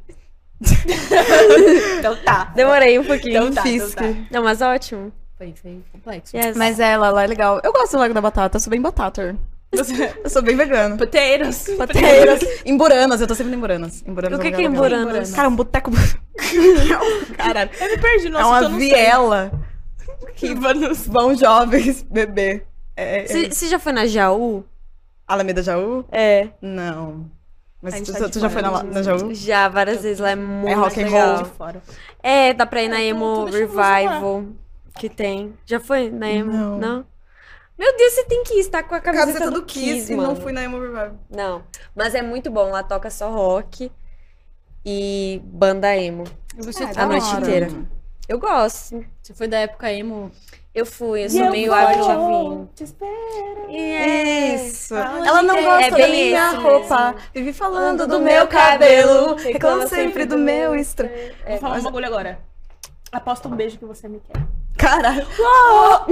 Então tá. Demorei um pouquinho. Então tá, Fiz então tá. que- Não, mas ótimo. Foi, foi complexo. Yes. Mas é, lá, lá é legal. Eu gosto do Lago da Batata, eu sou bem batata. Você... Eu sou bem vegano. Poteiros. Poteiras. Em Buranas, eu tô sempre em Buranas. Em Buranas O que um que é lugar legal. Emburanas? Cara, um boteco. Caralho. Eu me perdi, nossa, é uma eu não viela sei. que Vamos... vão jovens beber. É, é... Você já foi na Jaú? Alameda Jaú? É. Não. Mas A gente tu, tá tu, de tu já fora. foi na, na Jaú? Já, várias vezes. Lá é muito rock and legal. roll. de fora. É, dá pra ir na É, Emo então deixa eu zoar. Revival que tem. Já foi na Emo? Não. Meu Deus, você tem que estar com a camiseta, Camiseta do do Kiss, Kiss e mano. não fui na Emo Revival. Não, mas é muito bom. Lá toca só rock e banda emo. E você, Ah, a noite da hora. inteira. Eu gosto. você foi da época emo. Eu fui, eu E sou eu meio vou Avril Lavigne. te esperar. É. Isso. Aonde Ela não é? gosta É da bem minha esse roupa. mesmo. Vive falando Falando do meu cabelo. Reclama sempre do meu É, estranho. Vou falar um bagulho agora. Aposta um beijo que você me quer. Caralho. Uau,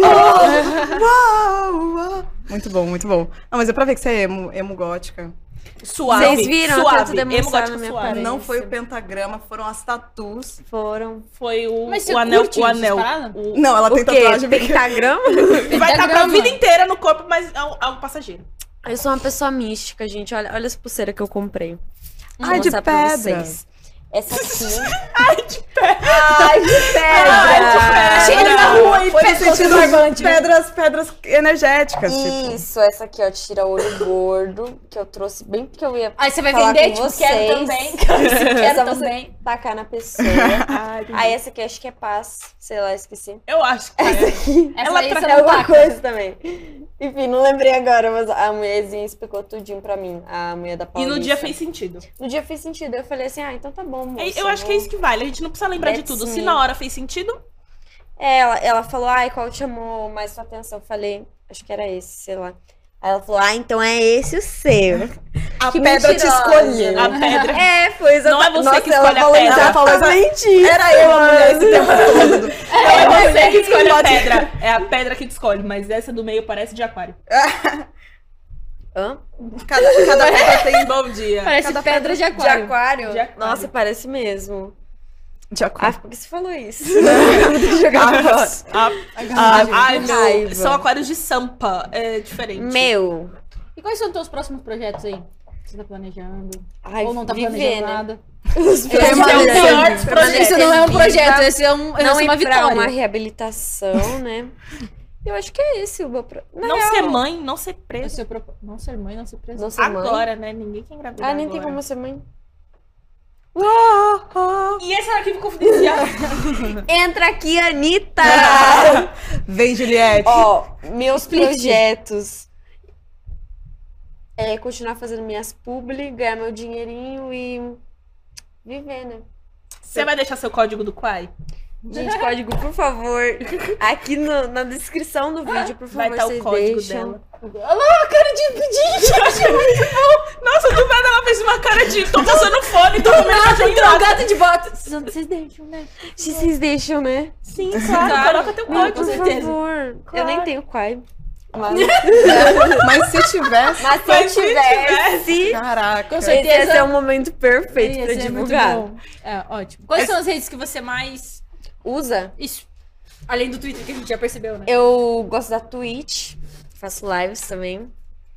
uau, uau. Muito bom, muito bom. Não, mas é pra ver que você é emo, emo gótica. Suave. Vocês viram? Eu Suave. tento demonstrar Emo gótica na minha suave. aparência. Não foi o pentagrama, foram as tatuas. Foram. Foi o, Mas você o anel. curte O essas anel. paradas? O- Não, ela O tem quê? tatuagem. porque- Pentagrama? Vai estar pra Pentagrama. vida inteira no corpo, mas é um, é um passageiro. Eu sou uma pessoa mística, gente. Olha, olha as pulseiras que eu comprei. Vou Ai, de mostrar pra pedra. vocês. Essa aqui. Ai, de pé. Ai, de pedra! Ai, de pedra. Chega na rua e Foi no pega o sentido barbante. pedras, pedras energéticas, tipo. Isso, essa aqui, ó, tira olho gordo, que eu trouxe bem porque eu ia Aí você vai falar vender, com tipo, quero vocês. também. Quero É só você também. tacar na pessoa. Ai, entendi. Aí essa aqui acho que é paz, sei lá, esqueci. Eu acho que Essa é. aqui Essa Ela aí tra- você é não alguma taca. coisa também. Enfim, não lembrei agora, mas a mulherzinha explicou tudinho pra mim, a mulher da E Paulista. no dia fez sentido. No dia fez sentido, eu falei assim, ah, então tá bom, moça. É, eu acho que é isso que vale. A gente não precisa lembrar de That's tudo. Se me. na hora fez sentido, É, ela, ela falou, ai, qual chamou mais sua atenção? Eu falei, acho que era esse, sei lá. Aí ela falou, ah, então é esse o seu. A Que pedra te mentirosa. escolheu. A pedra. É, foi exatamente. Não é você que ela escolhe a falou pedra. exatamente isso. Era eu a mulher esse tempo todo. Não é você que escolhe a Pode- pedra. É a pedra que te escolhe, mas essa do meio parece de aquário. Hã? Cada, cada pedra tem... Bom dia. Parece Cada pedra de De aquário. aquário? De aquário. Nossa, parece mesmo. De Ah, acordo. por que você falou isso? Vou ter que jogar fora. Ah, Ah, ai, que meu, raiva. são aquários de Sampa. É diferente. Meu. E quais são os teus próximos projetos aí? Você tá planejando? Ai, Ou não tá viver, planejando né? nada? Os Esse é o Permanecendo. pior dos projetos. Isso não é um Viva. projeto, esse é, um, essa Não é ir uma pra vitória. uma reabilitação, né? Eu acho que é esse o meu pro... Na Não real, ser mãe, não ser É presa. seu propo- Não ser mãe, não ser presa. Não ser mãe. Agora, né? Ninguém quer engravidar Ah, nem tem agora. como ser mãe. E esse arquivo confidencial? Entra aqui, Anitta! Vem, Juliette. Ó, meus Split. projetos é continuar fazendo minhas publi, ganhar meu dinheirinho e viver, né? Você vai deixar seu código do Quai? Gente, código, por favor, aqui no- na descrição do vídeo, por Vai favor, estar o vocês código deixam. dela. Olha lá, a cara de pedir. Nossa, do nada ela fez uma cara de tô passando fone, tô comendo Nada, cachorro entrou um gato. gato de bota. Vocês deixam, né? Se vocês deixam, né? Sim, claro, Claro. coloca teu Não, código. com Por certeza. favor. Eu Claro. nem tenho Quai. Mas, Mas se tivesse... mas se Mas eu se tivesse, Caraca. Com esse certeza. ia ser o momento perfeito Ia pra ser muito divulgar. bom. É, ótimo. Quais são as redes que você mais... Usa? Isso. Além do Twitter, que a gente já percebeu, né? Eu gosto da Twitch, faço lives também.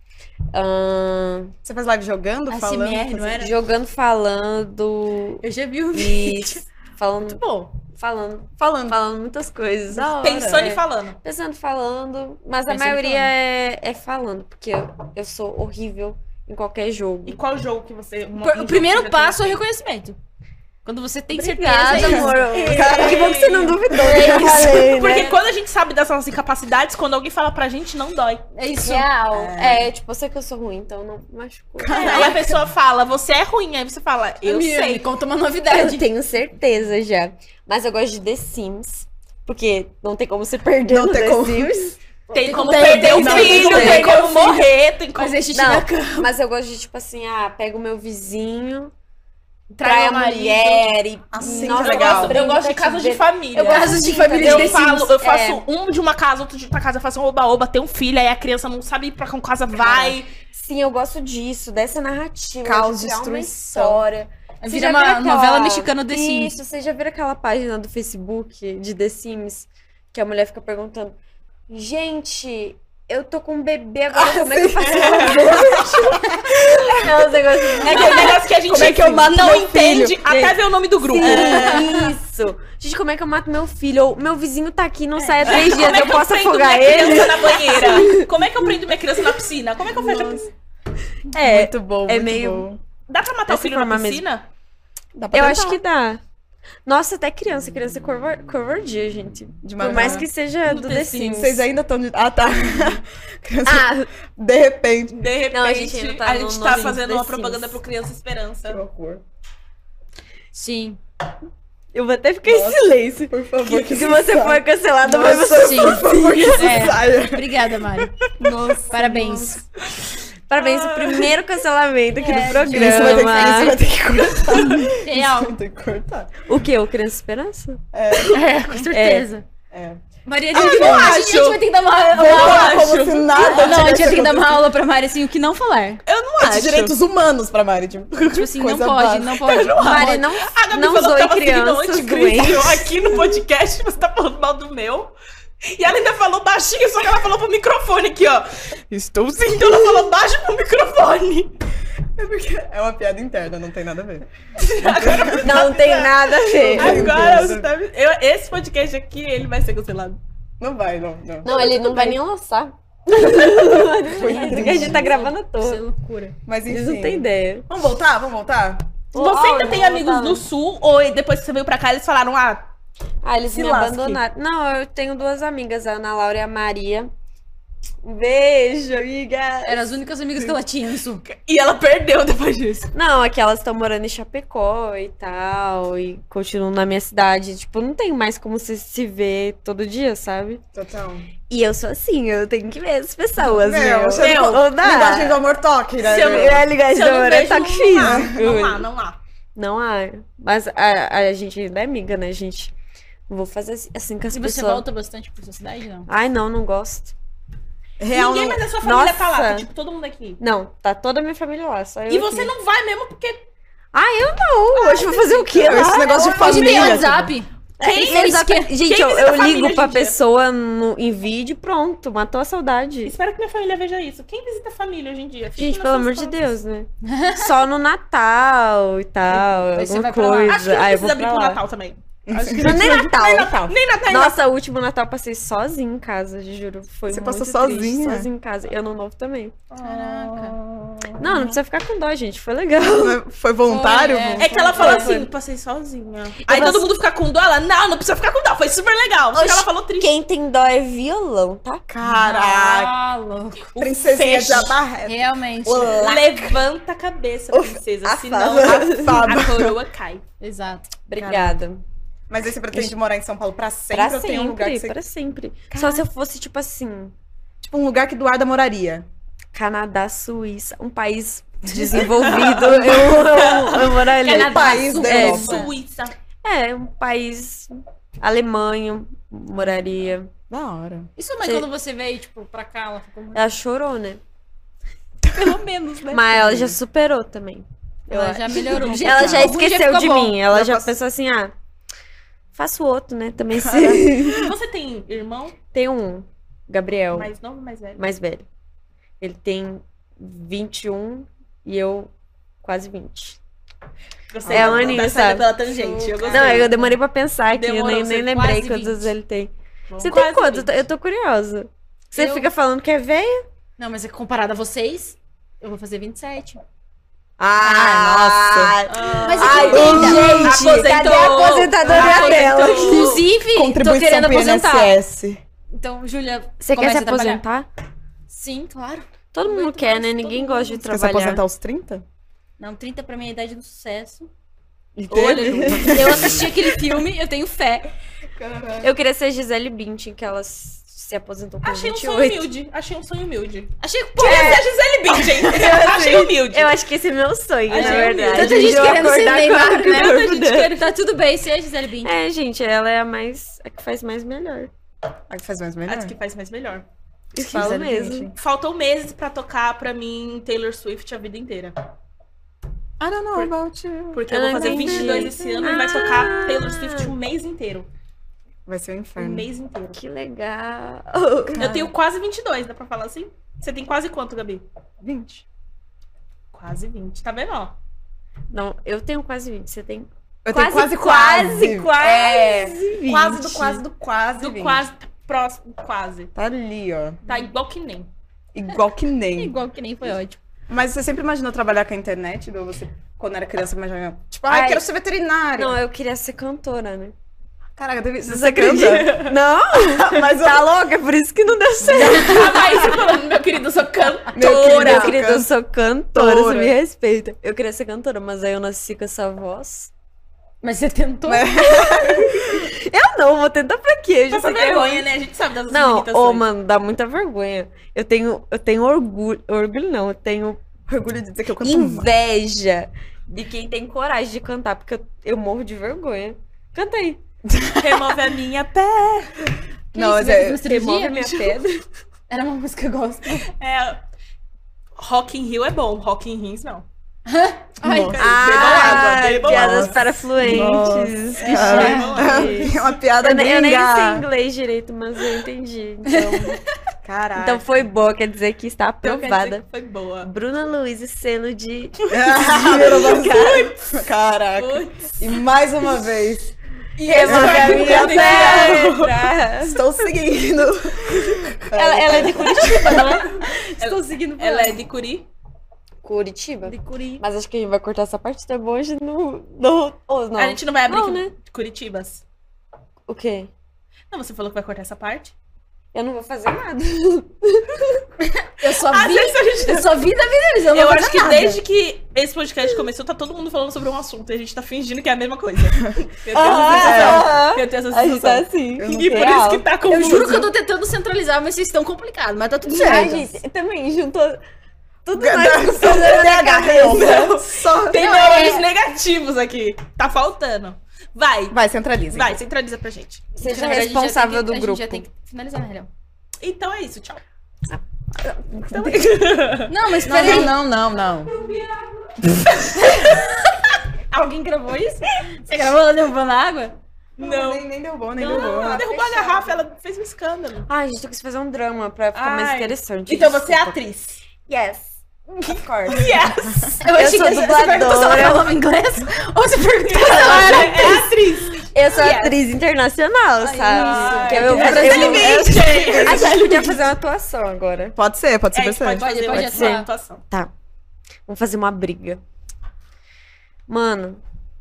Ahn, Você faz live jogando, A falando? S M R, não era? jogando, falando Eu já vi o e vídeo. falando, Bom, falando, Falando. falando muitas coisas. Da hora. Pensando É. e falando. Pensando, falando, mas a Pensando e maioria falando. é, é falando, porque eu, eu sou horrível em qualquer jogo. E qual jogo que você... um- um Pr- jogo o primeiro que você passo é o tem? reconhecimento. Quando você tem Obrigada, certeza. é isso. amor. Ei. Que bom que você não duvidou do que eu falei, Porque né? quando a gente sabe das nossas incapacidades, quando alguém fala pra gente, não dói. É isso. Real. É. tipo, eu sei que eu sou ruim, então não machucou. Aí a pessoa fala, você é ruim. Aí você fala, eu Me- sei. Me conta uma Eu novidade. tenho certeza já. Mas eu gosto de The Sims. Porque não tem como você perder Não no tem The como. Sims. Tem como Tem, perder o não, filho, tem tem como como morrer, tem como... Fazer xixi na Não, cama. mas eu gosto de, tipo assim, ah, pega o meu vizinho, Trai trai o a marido. mulher e... Assim, Nossa, que Eu legal. gosto, eu gosto de casas de família. Eu gosto de família Eu de The falo, Sims. eu faço É. um de uma casa, outro de outra casa, eu faço um oba-oba, tem um filho, aí a criança não sabe pra qual casa vai. Sim, eu gosto disso, dessa narrativa. Caos, de criar uma destruição. história. Vira Você já uma viu aquela- novela mexicana The Sims. Isso, vocês já viram aquela página do Facebook de The Sims? Que a mulher fica perguntando, gente, eu tô com um bebê agora, como é que eu faço É um negócio É aquele negócio que a gente Como é que eu mato não meu entende filho? até ver o nome do grupo. Sim, isso. Gente, como é que eu mato meu filho? Ou meu vizinho tá aqui, não sai há três dias, Como é eu que posso prendo afogar minha ele? criança na banheira? Como é que eu prendo minha criança na piscina? Como é que eu fecho a piscina? É, Muito bom, é muito meio- bom. Dá pra matar o Dessa filho na forma mesmo. piscina? Dá pra eu tentar. acho que dá. Nossa, até criança, criança é covar- covardia, gente. Demais, Por mais né? que seja No do The The Sims. Sims. Vocês ainda estão de... Ah, tá. Criança- Ah, De repente. De repente, Não, a a gente, gente ainda tá a no- gente no tá link fazendo The uma Sims. propaganda pro Criança Que Esperança. horror. Sim. eu vou até ficar em Nossa. silêncio. Por favor, que Se você for cancelada, vai Nossa, você. Sim. por favor, que isso É. saia. Obrigada, Mari. Nossa. Parabéns. Parabéns, o primeiro cancelamento aqui É, do programa. Isso vai ter que, isso vai ter que cortar. Real. Isso vai ter que cortar. O quê? O Criança Esperança? É, com certeza. É. Maria, Ah, a gente, eu a acho. gente vai ter que dar uma, uma Vou aula. falar como acho. se nada Não, a gente vai ter tivesse que dar uma acontecido. aula pra Mari, assim, o que não falar. Eu não É acho. de direitos humanos pra Mari, tipo. Tipo assim, não Coisa pode, básica. não pode. Mari, não, A Gabi não falou zoe que tava seguindo o crianças anticristo doentes. aqui no podcast, você tá falando mal do meu. E ela ainda falou baixinho, só que ela falou pro microfone aqui, ó. Estou sim, então ela falou baixo pro microfone. É porque é uma piada interna, não tem nada a ver. Não tem nada a ver. Agora, Deus. você tá me- eu, esse podcast aqui, ele vai ser cancelado. Não vai, não. Não, Não, ele não vai nem lançar. Porque a gente tá gravando à Isso é toa. loucura. Mas enfim. Eles não têm ideia. Vamos voltar? Vamos voltar? Você ainda Ó, tem não, amigos tá. do Sul? Ou depois que você veio pra cá, eles falaram, ah, Ah, eles Se me lasque. abandonaram. Não, eu tenho duas amigas, a Ana Laura e a Maria. Um beijo, amiga. Eram as únicas amigas que ela tinha no sul. E ela perdeu depois disso. Não, aqui elas estão morando em Chapecó e tal, e continuam na minha cidade. Tipo, não tem mais como você se ver todo dia, sabe? Total. E eu sou assim, eu tenho que ver as pessoas, Meu, meu. você não- Não dá. Linguagem do amor toque, né? Se eu não- meu? É, linguagem Se do eu não amor é vejo, toque não há, físico. não há, não há. Não há. Mas a, a gente ainda é amiga, né, gente? Não vou fazer assim- assim com as E você pessoas. volta bastante pra sua cidade, não? Ai, não, não gosto. Real, Ninguém não- mais da sua família tá lá, Nossa. tá, tipo, todo mundo aqui. Não, tá toda a minha família lá, só eu E você aqui. não vai mesmo porque... Ah, eu não. Hoje vou fazer o quê Não, lá? esse negócio de Hoje tem família. WhatsApp. Quem, Quem exata- que- Gente, quem eu, visita eu a família ligo hoje pra em dia? pessoa no, em vídeo, pronto, matou a saudade. Espero que minha família veja isso. Quem visita a família hoje em dia? Fique Gente, nas pelo suas amor de costas. Deus, né? Só no Natal e tal, Aí você alguma vai pra lá. coisa. Acho que não Ah, eu vou precisa abrir pra pro lá. Natal também. Acho que Não, nem Natal. Nem Natal, nem Natal. nem Nossa, o último Natal eu passei sozinha em casa, juro. Foi Você muito passou triste, sozinha? sozinha em casa. Eu no novo também. Caraca. Não, não precisa ficar com dó, gente. Foi legal. Foi voluntário? Foi, é. É que ela falou Foi. assim, passei sozinha. Aí passe- todo mundo fica com dó, ela, não, não precisa ficar com dó, foi super legal. Só que Oxi, ela falou triste. Quem tem dó é violão, tá? Caraca. Ah, louco. O Princesinha de fecho. abarreta. Realmente. Levanta a cabeça, princesa, a senão fada. a, a coroa cai. Exato. Obrigada. Mas aí você pretende morar em São Paulo pra sempre? Pra ou tem um lugar sempre, que você... pra sempre. Só se eu fosse, tipo assim, Tipo, um lugar que Eduarda moraria. Canadá, Suíça, um país desenvolvido, eu, eu, eu moraria. Canadá, país da é, Europa. Suíça. É, um país, Alemanha, moraria. Da hora. E sua mãe, Você- quando você veio, tipo, pra cá, ela ficou muito... Ela chorou, né? Pelo menos, né? Mas ela já superou também. Ela Eu já melhorou. acho. Ela já Algum dia esqueceu ficou de bom. mim. Ela Já já passou- pensou assim, ah, faço outro, né? Também se... Você tem irmão Tem um, Gabriel, mais novo ou mais velho? mais velho. Ele tem vinte e um e eu quase vinte. Gostei É da- um da aninho, saída sabe? pela tangente. Eu gostei. Não, eu demorei pra pensar aqui, eu Demorou, nem, nem você lembrei quase quantos vinte. ele tem. Bom, Você quase tem quantos? Eu vinte. tô- Eu tô curiosa. Você Eu- fica falando que é velha? Não, mas é que comparado a vocês, eu vou fazer vinte e sete. Ah, Mas é Ai, que entenda. gente, Aposentou. cadê a aposentadoria Aposentou. dela? Inclusive, tô Contribuição querendo pro aposentar. I N S S. Então, Júlia, Você quer começa se a trabalhar. aposentar? Sim, claro. Todo Não mundo aguento quer, mais, né? todo Ninguém mundo. gosta de Quer se trabalhar. aposentar aos trinta? Não, trinta pra mim é a idade do sucesso. Olha, Lu. Eu assisti aquele filme, eu tenho fé. Eu queria ser Gisele Bündchen, que ela s- se aposentou com Achei um vinte e sonho oito. humilde. Achei um sonho humilde. Achei que, pô, Queria ser a Gisele Bündchen. Achei humilde. Eu acho que esse é meu sonho, na Achei verdade. humilde. tanta gente Eu querendo ser acordar Neymar, com a- né? com o Tanta corpo gente dela. querendo. Tá tudo bem ser a Gisele Bündchen. É, gente, ela é a mais. a que faz mais melhor. A que faz mais melhor? Acho que faz mais melhor. Eu falo Gisele mesmo. Bündchen. Faltam meses pra tocar pra mim Taylor Swift a vida inteira. I don't know about you. Porque Eu eu vou não fazer entendi. vinte e dois esse ano e vai Ah. tocar Taylor Swift um mês inteiro. Vai ser um Um inferno. mês inteiro. Que legal. Eu tenho quase vinte e dois, dá pra falar assim? Você tem quase quanto, Gabi? vinte. Quase vinte. Tá vendo, ó? Não, eu tenho quase vinte. Você tem. Eu Quase, tenho quase, quase, quase É, vinte. quase do quase do quase. Do vinte. quase, tá próximo, quase. Tá ali, ó. Tá igual que nem. Igual que nem. Igual que nem foi ótimo. Mas você sempre imaginou trabalhar com a internet? Ou você, quando era criança, imaginava, tipo, ai, Ai. quero ser veterinária. Não, eu queria ser cantora, né? Caraca, deve... você, Você acredita? Não! Mas eu... Tá louca? É por isso que não deu certo. Ah, mas você falando, meu querido, eu sou cantora. Meu querido, Meu querido, eu sou cantora, Cantora. você me respeita. Eu queria ser cantora, mas aí eu nasci com essa voz. Mas você tentou? Eu não, vou tentar pra quê? Eu já Passa sei que é vergonha, né? A gente sabe das Não, limitações. ô, mano, dá muita vergonha. Eu tenho, eu tenho orgulho, orgulho não, eu tenho orgulho de dizer que eu canto mal. inveja de quem tem coragem de cantar, porque eu, eu morro de vergonha. Canta aí. Remove a minha pé. Que Não, isso, mas você é- fez uma cirurgia, Remove minha bicho? pedra. Era uma música gospel. É... Rock in Rio é bom, Rock in Rins não. Ai, Nossa. cara. Bebam água, Ah, bebam piadas água. para fluentes. Nossa, Que cara. chique. É uma piada Eu, ne- eu nem gringa. sei inglês direito, mas eu entendi. Então, Caraca. então foi boa, quer dizer que está Então quer dizer aprovada. que foi boa. Bruna Luiz, selo de. Caraca. Caraca. Putz. E mais uma vez. E Remove esse a foi minha o pedra. Estou seguindo. Ela, ela é de Curitiba, não é? Estou seguindo por Ela é de Curi? Curitiba? De Curi. Mas acho que a gente vai cortar essa parte, tá bom? A gente não. Não. Ou não. A gente não vai abrir Não, que- né? Curitibas. O quê? Não, você falou que vai cortar essa parte? eu não vou fazer nada. Eu só Às vi, vezes a gente- eu só vi da vida deles, eu não Eu vou acho fazer que nada. desde que esse podcast começou, tá todo mundo falando sobre um assunto e a gente tá fingindo que é a mesma coisa. Eu tenho essa sensação. Eu tenho essa A gente tá sensação. assim. E por isso que tá confuso. Eu juro que eu tô tentando centralizar, mas vocês estão complicados, mas tá tudo certo. Ai, gente, também juntou tudo Da- mais com só o da da cabeça. Não, só... Tem Não, neurônios é- negativos aqui. Tá faltando. Vai, Vai, centraliza. vai, centraliza pra gente. Seja Na verdade, a gente já responsável tem que- do A grupo. gente já tem que finalizar, na real. Então é isso, tchau. Não, mas Não, peraí. não, não, não. Alguém gravou isso? Você gravou ela derrubando a água? Não. Nem, nem derrubou, nem Não, derrubou. ela derrubou a garrafa, ela fez um escândalo. Ai, gente, eu quis fazer um drama pra ficar mais Ai. interessante. Então você é Desculpa. atriz. Yes. Of course. Yes! Eu, achei sou que você perguntou se ela dubladora. falava inglês ou você perguntou se ela era É atriz. Eu sou Yes. atriz internacional, sabe? ai, que eu, eu, que eu, limite. eu, a gente podia fazer uma atuação agora. Pode ser, pode ser É, a gente pode bastante. fazer Pode uma atuar. atuação. Tá. Vamos fazer uma briga. Mano,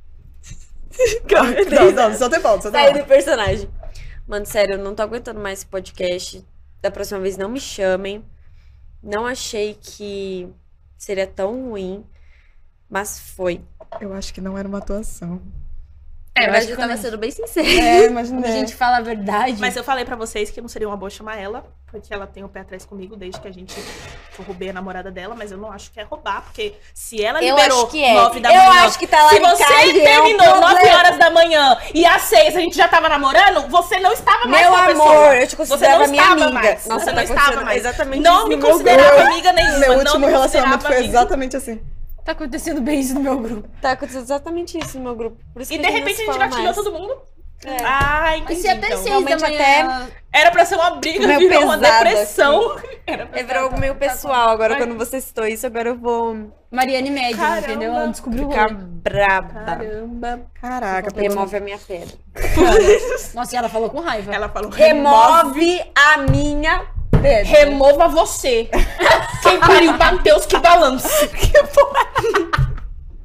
Não, não, só tem ponto, só tem sair ponto. do personagem. Mano, sério, eu não tô aguentando mais esse podcast. Da próxima vez não me chamem. Não achei que seria tão ruim, mas foi. Eu acho que não era uma atuação. Na É, eu verdade, acho eu que tava quando- sendo bem sincera. É, Quando a imaginei. gente fala a verdade. Mas eu falei pra vocês que não seria uma boa chamar ela, porque ela tem o pé atrás comigo desde que a gente eu roubei a namorada dela, mas eu não acho que é roubar, porque se ela Eu liberou acho que é. nove da Eu manhã. acho que tá lá Se em você casa, é um terminou nove problema. horas da manhã e às seis a gente já tava namorando, você não estava mais Meu com a amor, pessoa. eu te Você considerava não minha estava amiga. mais. Nossa, você tá não estava acontecendo mais. exatamente Não isso me no meu considerava grupo. amiga nenhuma. Meu não último me relacionamento considerava foi amiga. exatamente assim. Tá acontecendo bem isso no meu grupo. Tá acontecendo exatamente isso no meu grupo. Por isso E que de não repente se a gente fala gatilhou mais. todo mundo. É. Ah, entendi. Mas se até então. seis da Realmente manhã... Era pra ser uma briga, Meio virou uma pesada, depressão. Era pra É, virou algo meio pessoal. Agora, quando você citou isso, agora eu vou Mariane Médium, Caramba. entendeu? Ela descobriu o ficar rolê. braba. Caramba. Caraca, pegou. Remove a minha pedra. Nossa, e ela falou com raiva. Ela falou, Remove a minha pedra. remova você. Quem pariu, Mateus, que balance. Que porra.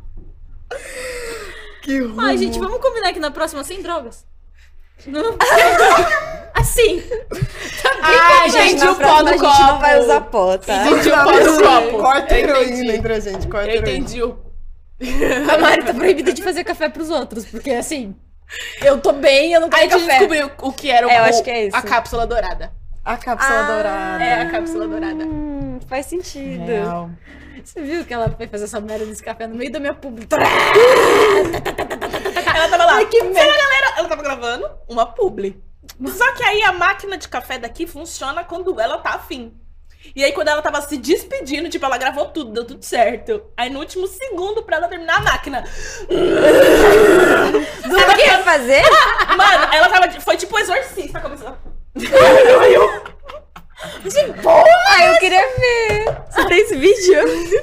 Que ruim. Ai, gente, vamos combinar aqui na próxima sem drogas. Não. Assim. Ai, gente, Na o pó próxima do a gente não copo. vai usar pó, tá? Entendi o pó do copo. Corta a Eu heroína entendi. entre a gente, corta a Eu heroína. entendi o... A Mari tá proibida de fazer café pros outros, porque assim, eu tô bem, eu não A quero gente café. descobriu o que era o, É, eu acho que é isso. a cápsula dourada. A cápsula Ah. dourada. É, a cápsula dourada. Hum, faz sentido. Real. Você viu que ela foi fazer essa merda desse café no meio da minha publi? Ela tava lá. que merda. Galera, ela tava gravando uma publi. Só que aí a máquina de café daqui funciona quando ela tá afim. E aí quando ela tava se despedindo, tipo, ela gravou tudo, deu tudo certo. Aí no último segundo pra ela terminar a máquina. Sabe o que ia fazer? Mano, ela tava. Foi tipo um exorcista. Começou. Ah, eu queria ver. Você tem esse vídeo?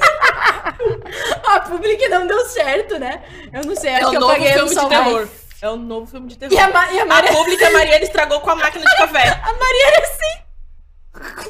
A publi que não deu certo, né? Eu não sei, acho É o que eu novo paguei filme um de sal terror. É o novo filme de terror. E a, Ma e a A Mari... pública Mariana estragou com a máquina de café. A Mariana assim.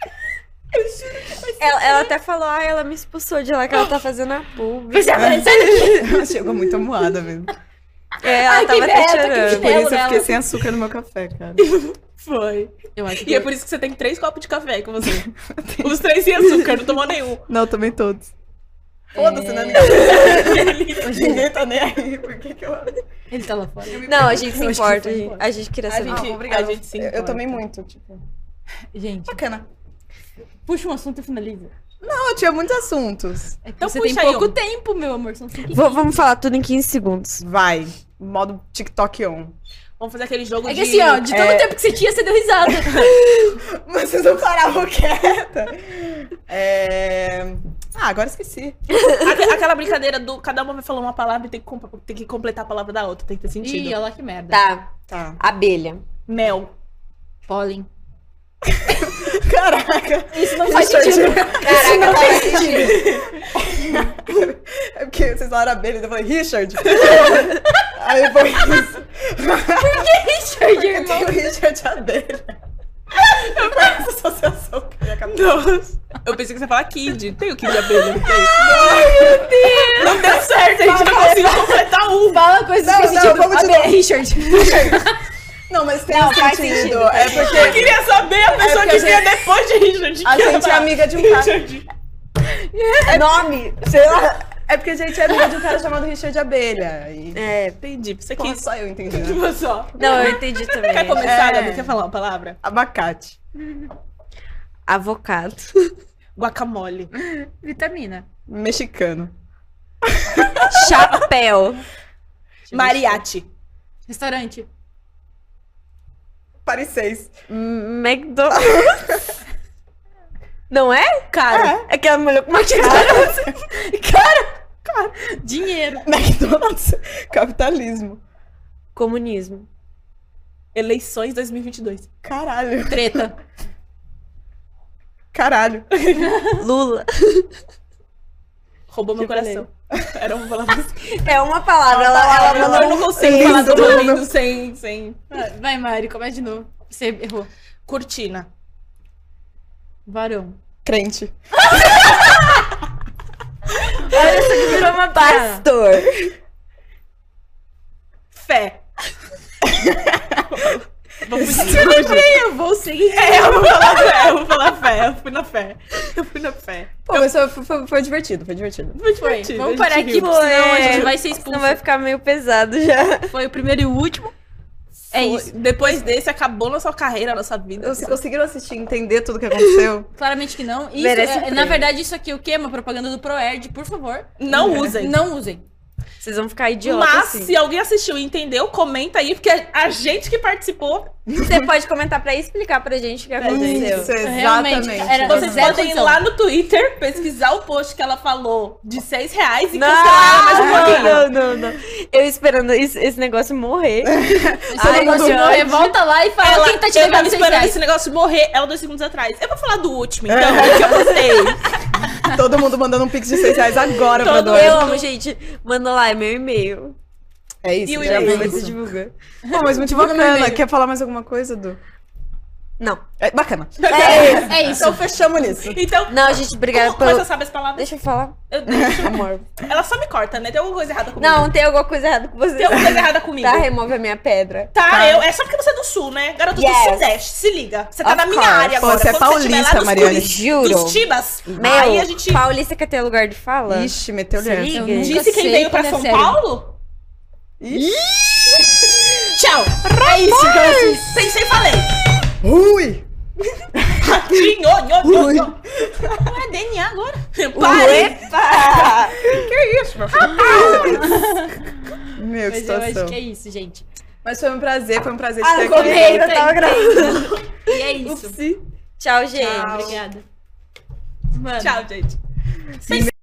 Ela, ela até falou, ah, ela me expulsou de lá que ela tá fazendo a pub. Você sai daqui. Ela chegou muito amoada mesmo. É, ela Ai, que tava merda, até que chorando. Por Chinelo isso eu dela. fiquei sem açúcar no meu café, cara. Foi. Eu acho E é por isso que você tem três copos de café com você. Os três sem açúcar, não tomou nenhum. Não, também todos. Foda-se, né? né? Ninguém tá nem aí. Por que que eu... Ele tá lá fora. Não, a gente se Eu acho que importa. foi A gente, embora. a gente queria A saber. gente- Ah, obrigada. a gente se eu, eu importa. tomei muito, tipo... Gente, Bacana. puxa um assunto e finaliza. Não, eu tinha muitos assuntos. É que Então você tem puxa aí pouco um. tempo, meu amor. São cinco V- vamos falar tudo em quinze segundos. Vai. Modo TikTok on. Vamos fazer aquele jogo É de... que assim, ó, de todo É. o tempo que você tinha, você deu risada. Mas vocês não paravam quieta. É... Ah, agora esqueci. Aque- Aquela brincadeira do... Cada uma vai falar uma palavra e tem que, comp- tem que completar a palavra da outra. Tem que ter sentido. Ih, olha lá que merda. Tá. Tá. Abelha. Mel. Pólen. Caraca. Isso não faz Richard. sentido. Caraca, não faz sentido. É porque vocês falaram abelha, eu falei, Richard. Aí foi isso. Richard, Porque irmão. tem o Richard abelha. Eu faço essa associação com a minha cabeça. Nossa. Eu pensei que você ia falar Kid. Tem o Kid de abelha, não tem? Ai, meu Deus. Não deu certo, a gente não conseguiu completar um. Fala coisa Não, que faz não, sentido. vamos de Abelha, novo. Richard. Não, mas tem Não, um faz sentido. sentido, É faz porque Eu queria saber a pessoa porque que a vinha gente- depois de Richard. a que gente é era amiga de um cara. Richard. Nome, sei lá. É porque a gente é amiga de um cara chamado Richard Abelha. E... É, Entendi. Você Porra, quis. só eu entendi, né? Tipo só. não, eu entendi também. Quer começar, É. Gabi? Quer falar uma palavra? Abacate. Avocado. Guacamole. Vitamina. Mexicano. Chapéu. Mariachi. Restaurante. Paris seis. McDonald's. Não é? Cara. É aquela mulher com uma Dinheiro. McDonald's. Capitalismo. Comunismo. Eleições dois mil e vinte e dois. Caralho. Treta. Caralho. Lula. Roubou meu Que eu coração. Era uma palavra assim. É uma palavra. Ela, ela Eu mandou não consigo Isso, falar do tudo. lindo sem, sem. Vai, Mari, começa de novo. Você errou. Cortina. Varão. Crente. Olha, isso aqui virou uma piada. Pastor. Fé. Vou fugir. Eu vou seguir. É, eu vou falar fé, eu vou falar fé. Eu fui na fé. Eu fui na fé. Pô, mas foi, foi, foi divertido, foi divertido. Foi Foi. divertido, Vamos a parar gente aqui, riu. porque senão a É, gente vai ser expulso. Não vai ficar meio pesado já. Foi o primeiro e o último. É Foi- isso. Depois desse, acabou nossa carreira, nossa vida. Vocês conseguiram assistir e entender tudo que aconteceu? Claramente que não. Isso, Merece um é- na prêmio. verdade, isso aqui é o quê? Uma propaganda do ProErd, por favor. Não usem. Não usem. Vocês vão ficar idiotas Mas, assim. se alguém assistiu e entendeu, comenta aí, porque a gente que participou, Você pode comentar pra explicar pra gente o que aconteceu. Isso, Realmente, exatamente. era- vocês zero podem ir condição. lá no Twitter, pesquisar o post que ela falou de seis reais e Não, cancelar ela mais um pouquinho. não, não, não. Eu esperando esse, esse negócio morrer. Se Ai, o negócio Jorge. morrer, volta lá e fala Ela, quem tá te eu tava devendo seis esperando reais. esse negócio morrer, ela dois segundos atrás. Eu vou falar do último, então, que eu postei. Todo mundo mandando um pix de seis reais agora pra Todo Dora. Eu amo, gente. Manda lá, é meu e-mail. É isso, E o já e-mail? foi Você isso. divulga. Pô, mas muito Divulga meu bacana. e-mail. Quer falar mais alguma coisa, Du? Não. É bacana. É, é isso. Então fechamos nisso. Então, Não, gente, obrigada como, como pelo... você sabe as palavras? Deixa eu falar. Eu deixo. Amor. Ela só me corta, né? Tem alguma coisa errada comigo. Não, tem alguma coisa errada com você. Tem alguma coisa errada comigo. Tá, remove a minha pedra. Tá, Tá. eu, é só porque você é do sul, né? Garota Yes. do Sudeste, se liga. Você tá Of na minha course. área Pô, agora. você é Quando você estiver paulista, lá nos Mariane. Curis, Juro. dos Tibas, Meu, aí a gente Paulista quer ter lugar de fala? Ixi, meteu Se lhe liga. Eu nunca disse quem sei veio pra quando é São sério. Paulo. Tchau. É isso que eu assisto. Pensei e falei. Ui! Ratinho, nho, nho, Ui. nho. Não é D N A agora. Pare. Epa! Que isso, meu filho? Meu, que Mas eu acho situação. que é isso, gente. Mas foi um prazer, foi um prazer te Ah, ter não aqui. contei, eu tava gravando. E é isso. Upsi. Tchau, gente. Obrigada. Mano. Tchau, gente. Vocês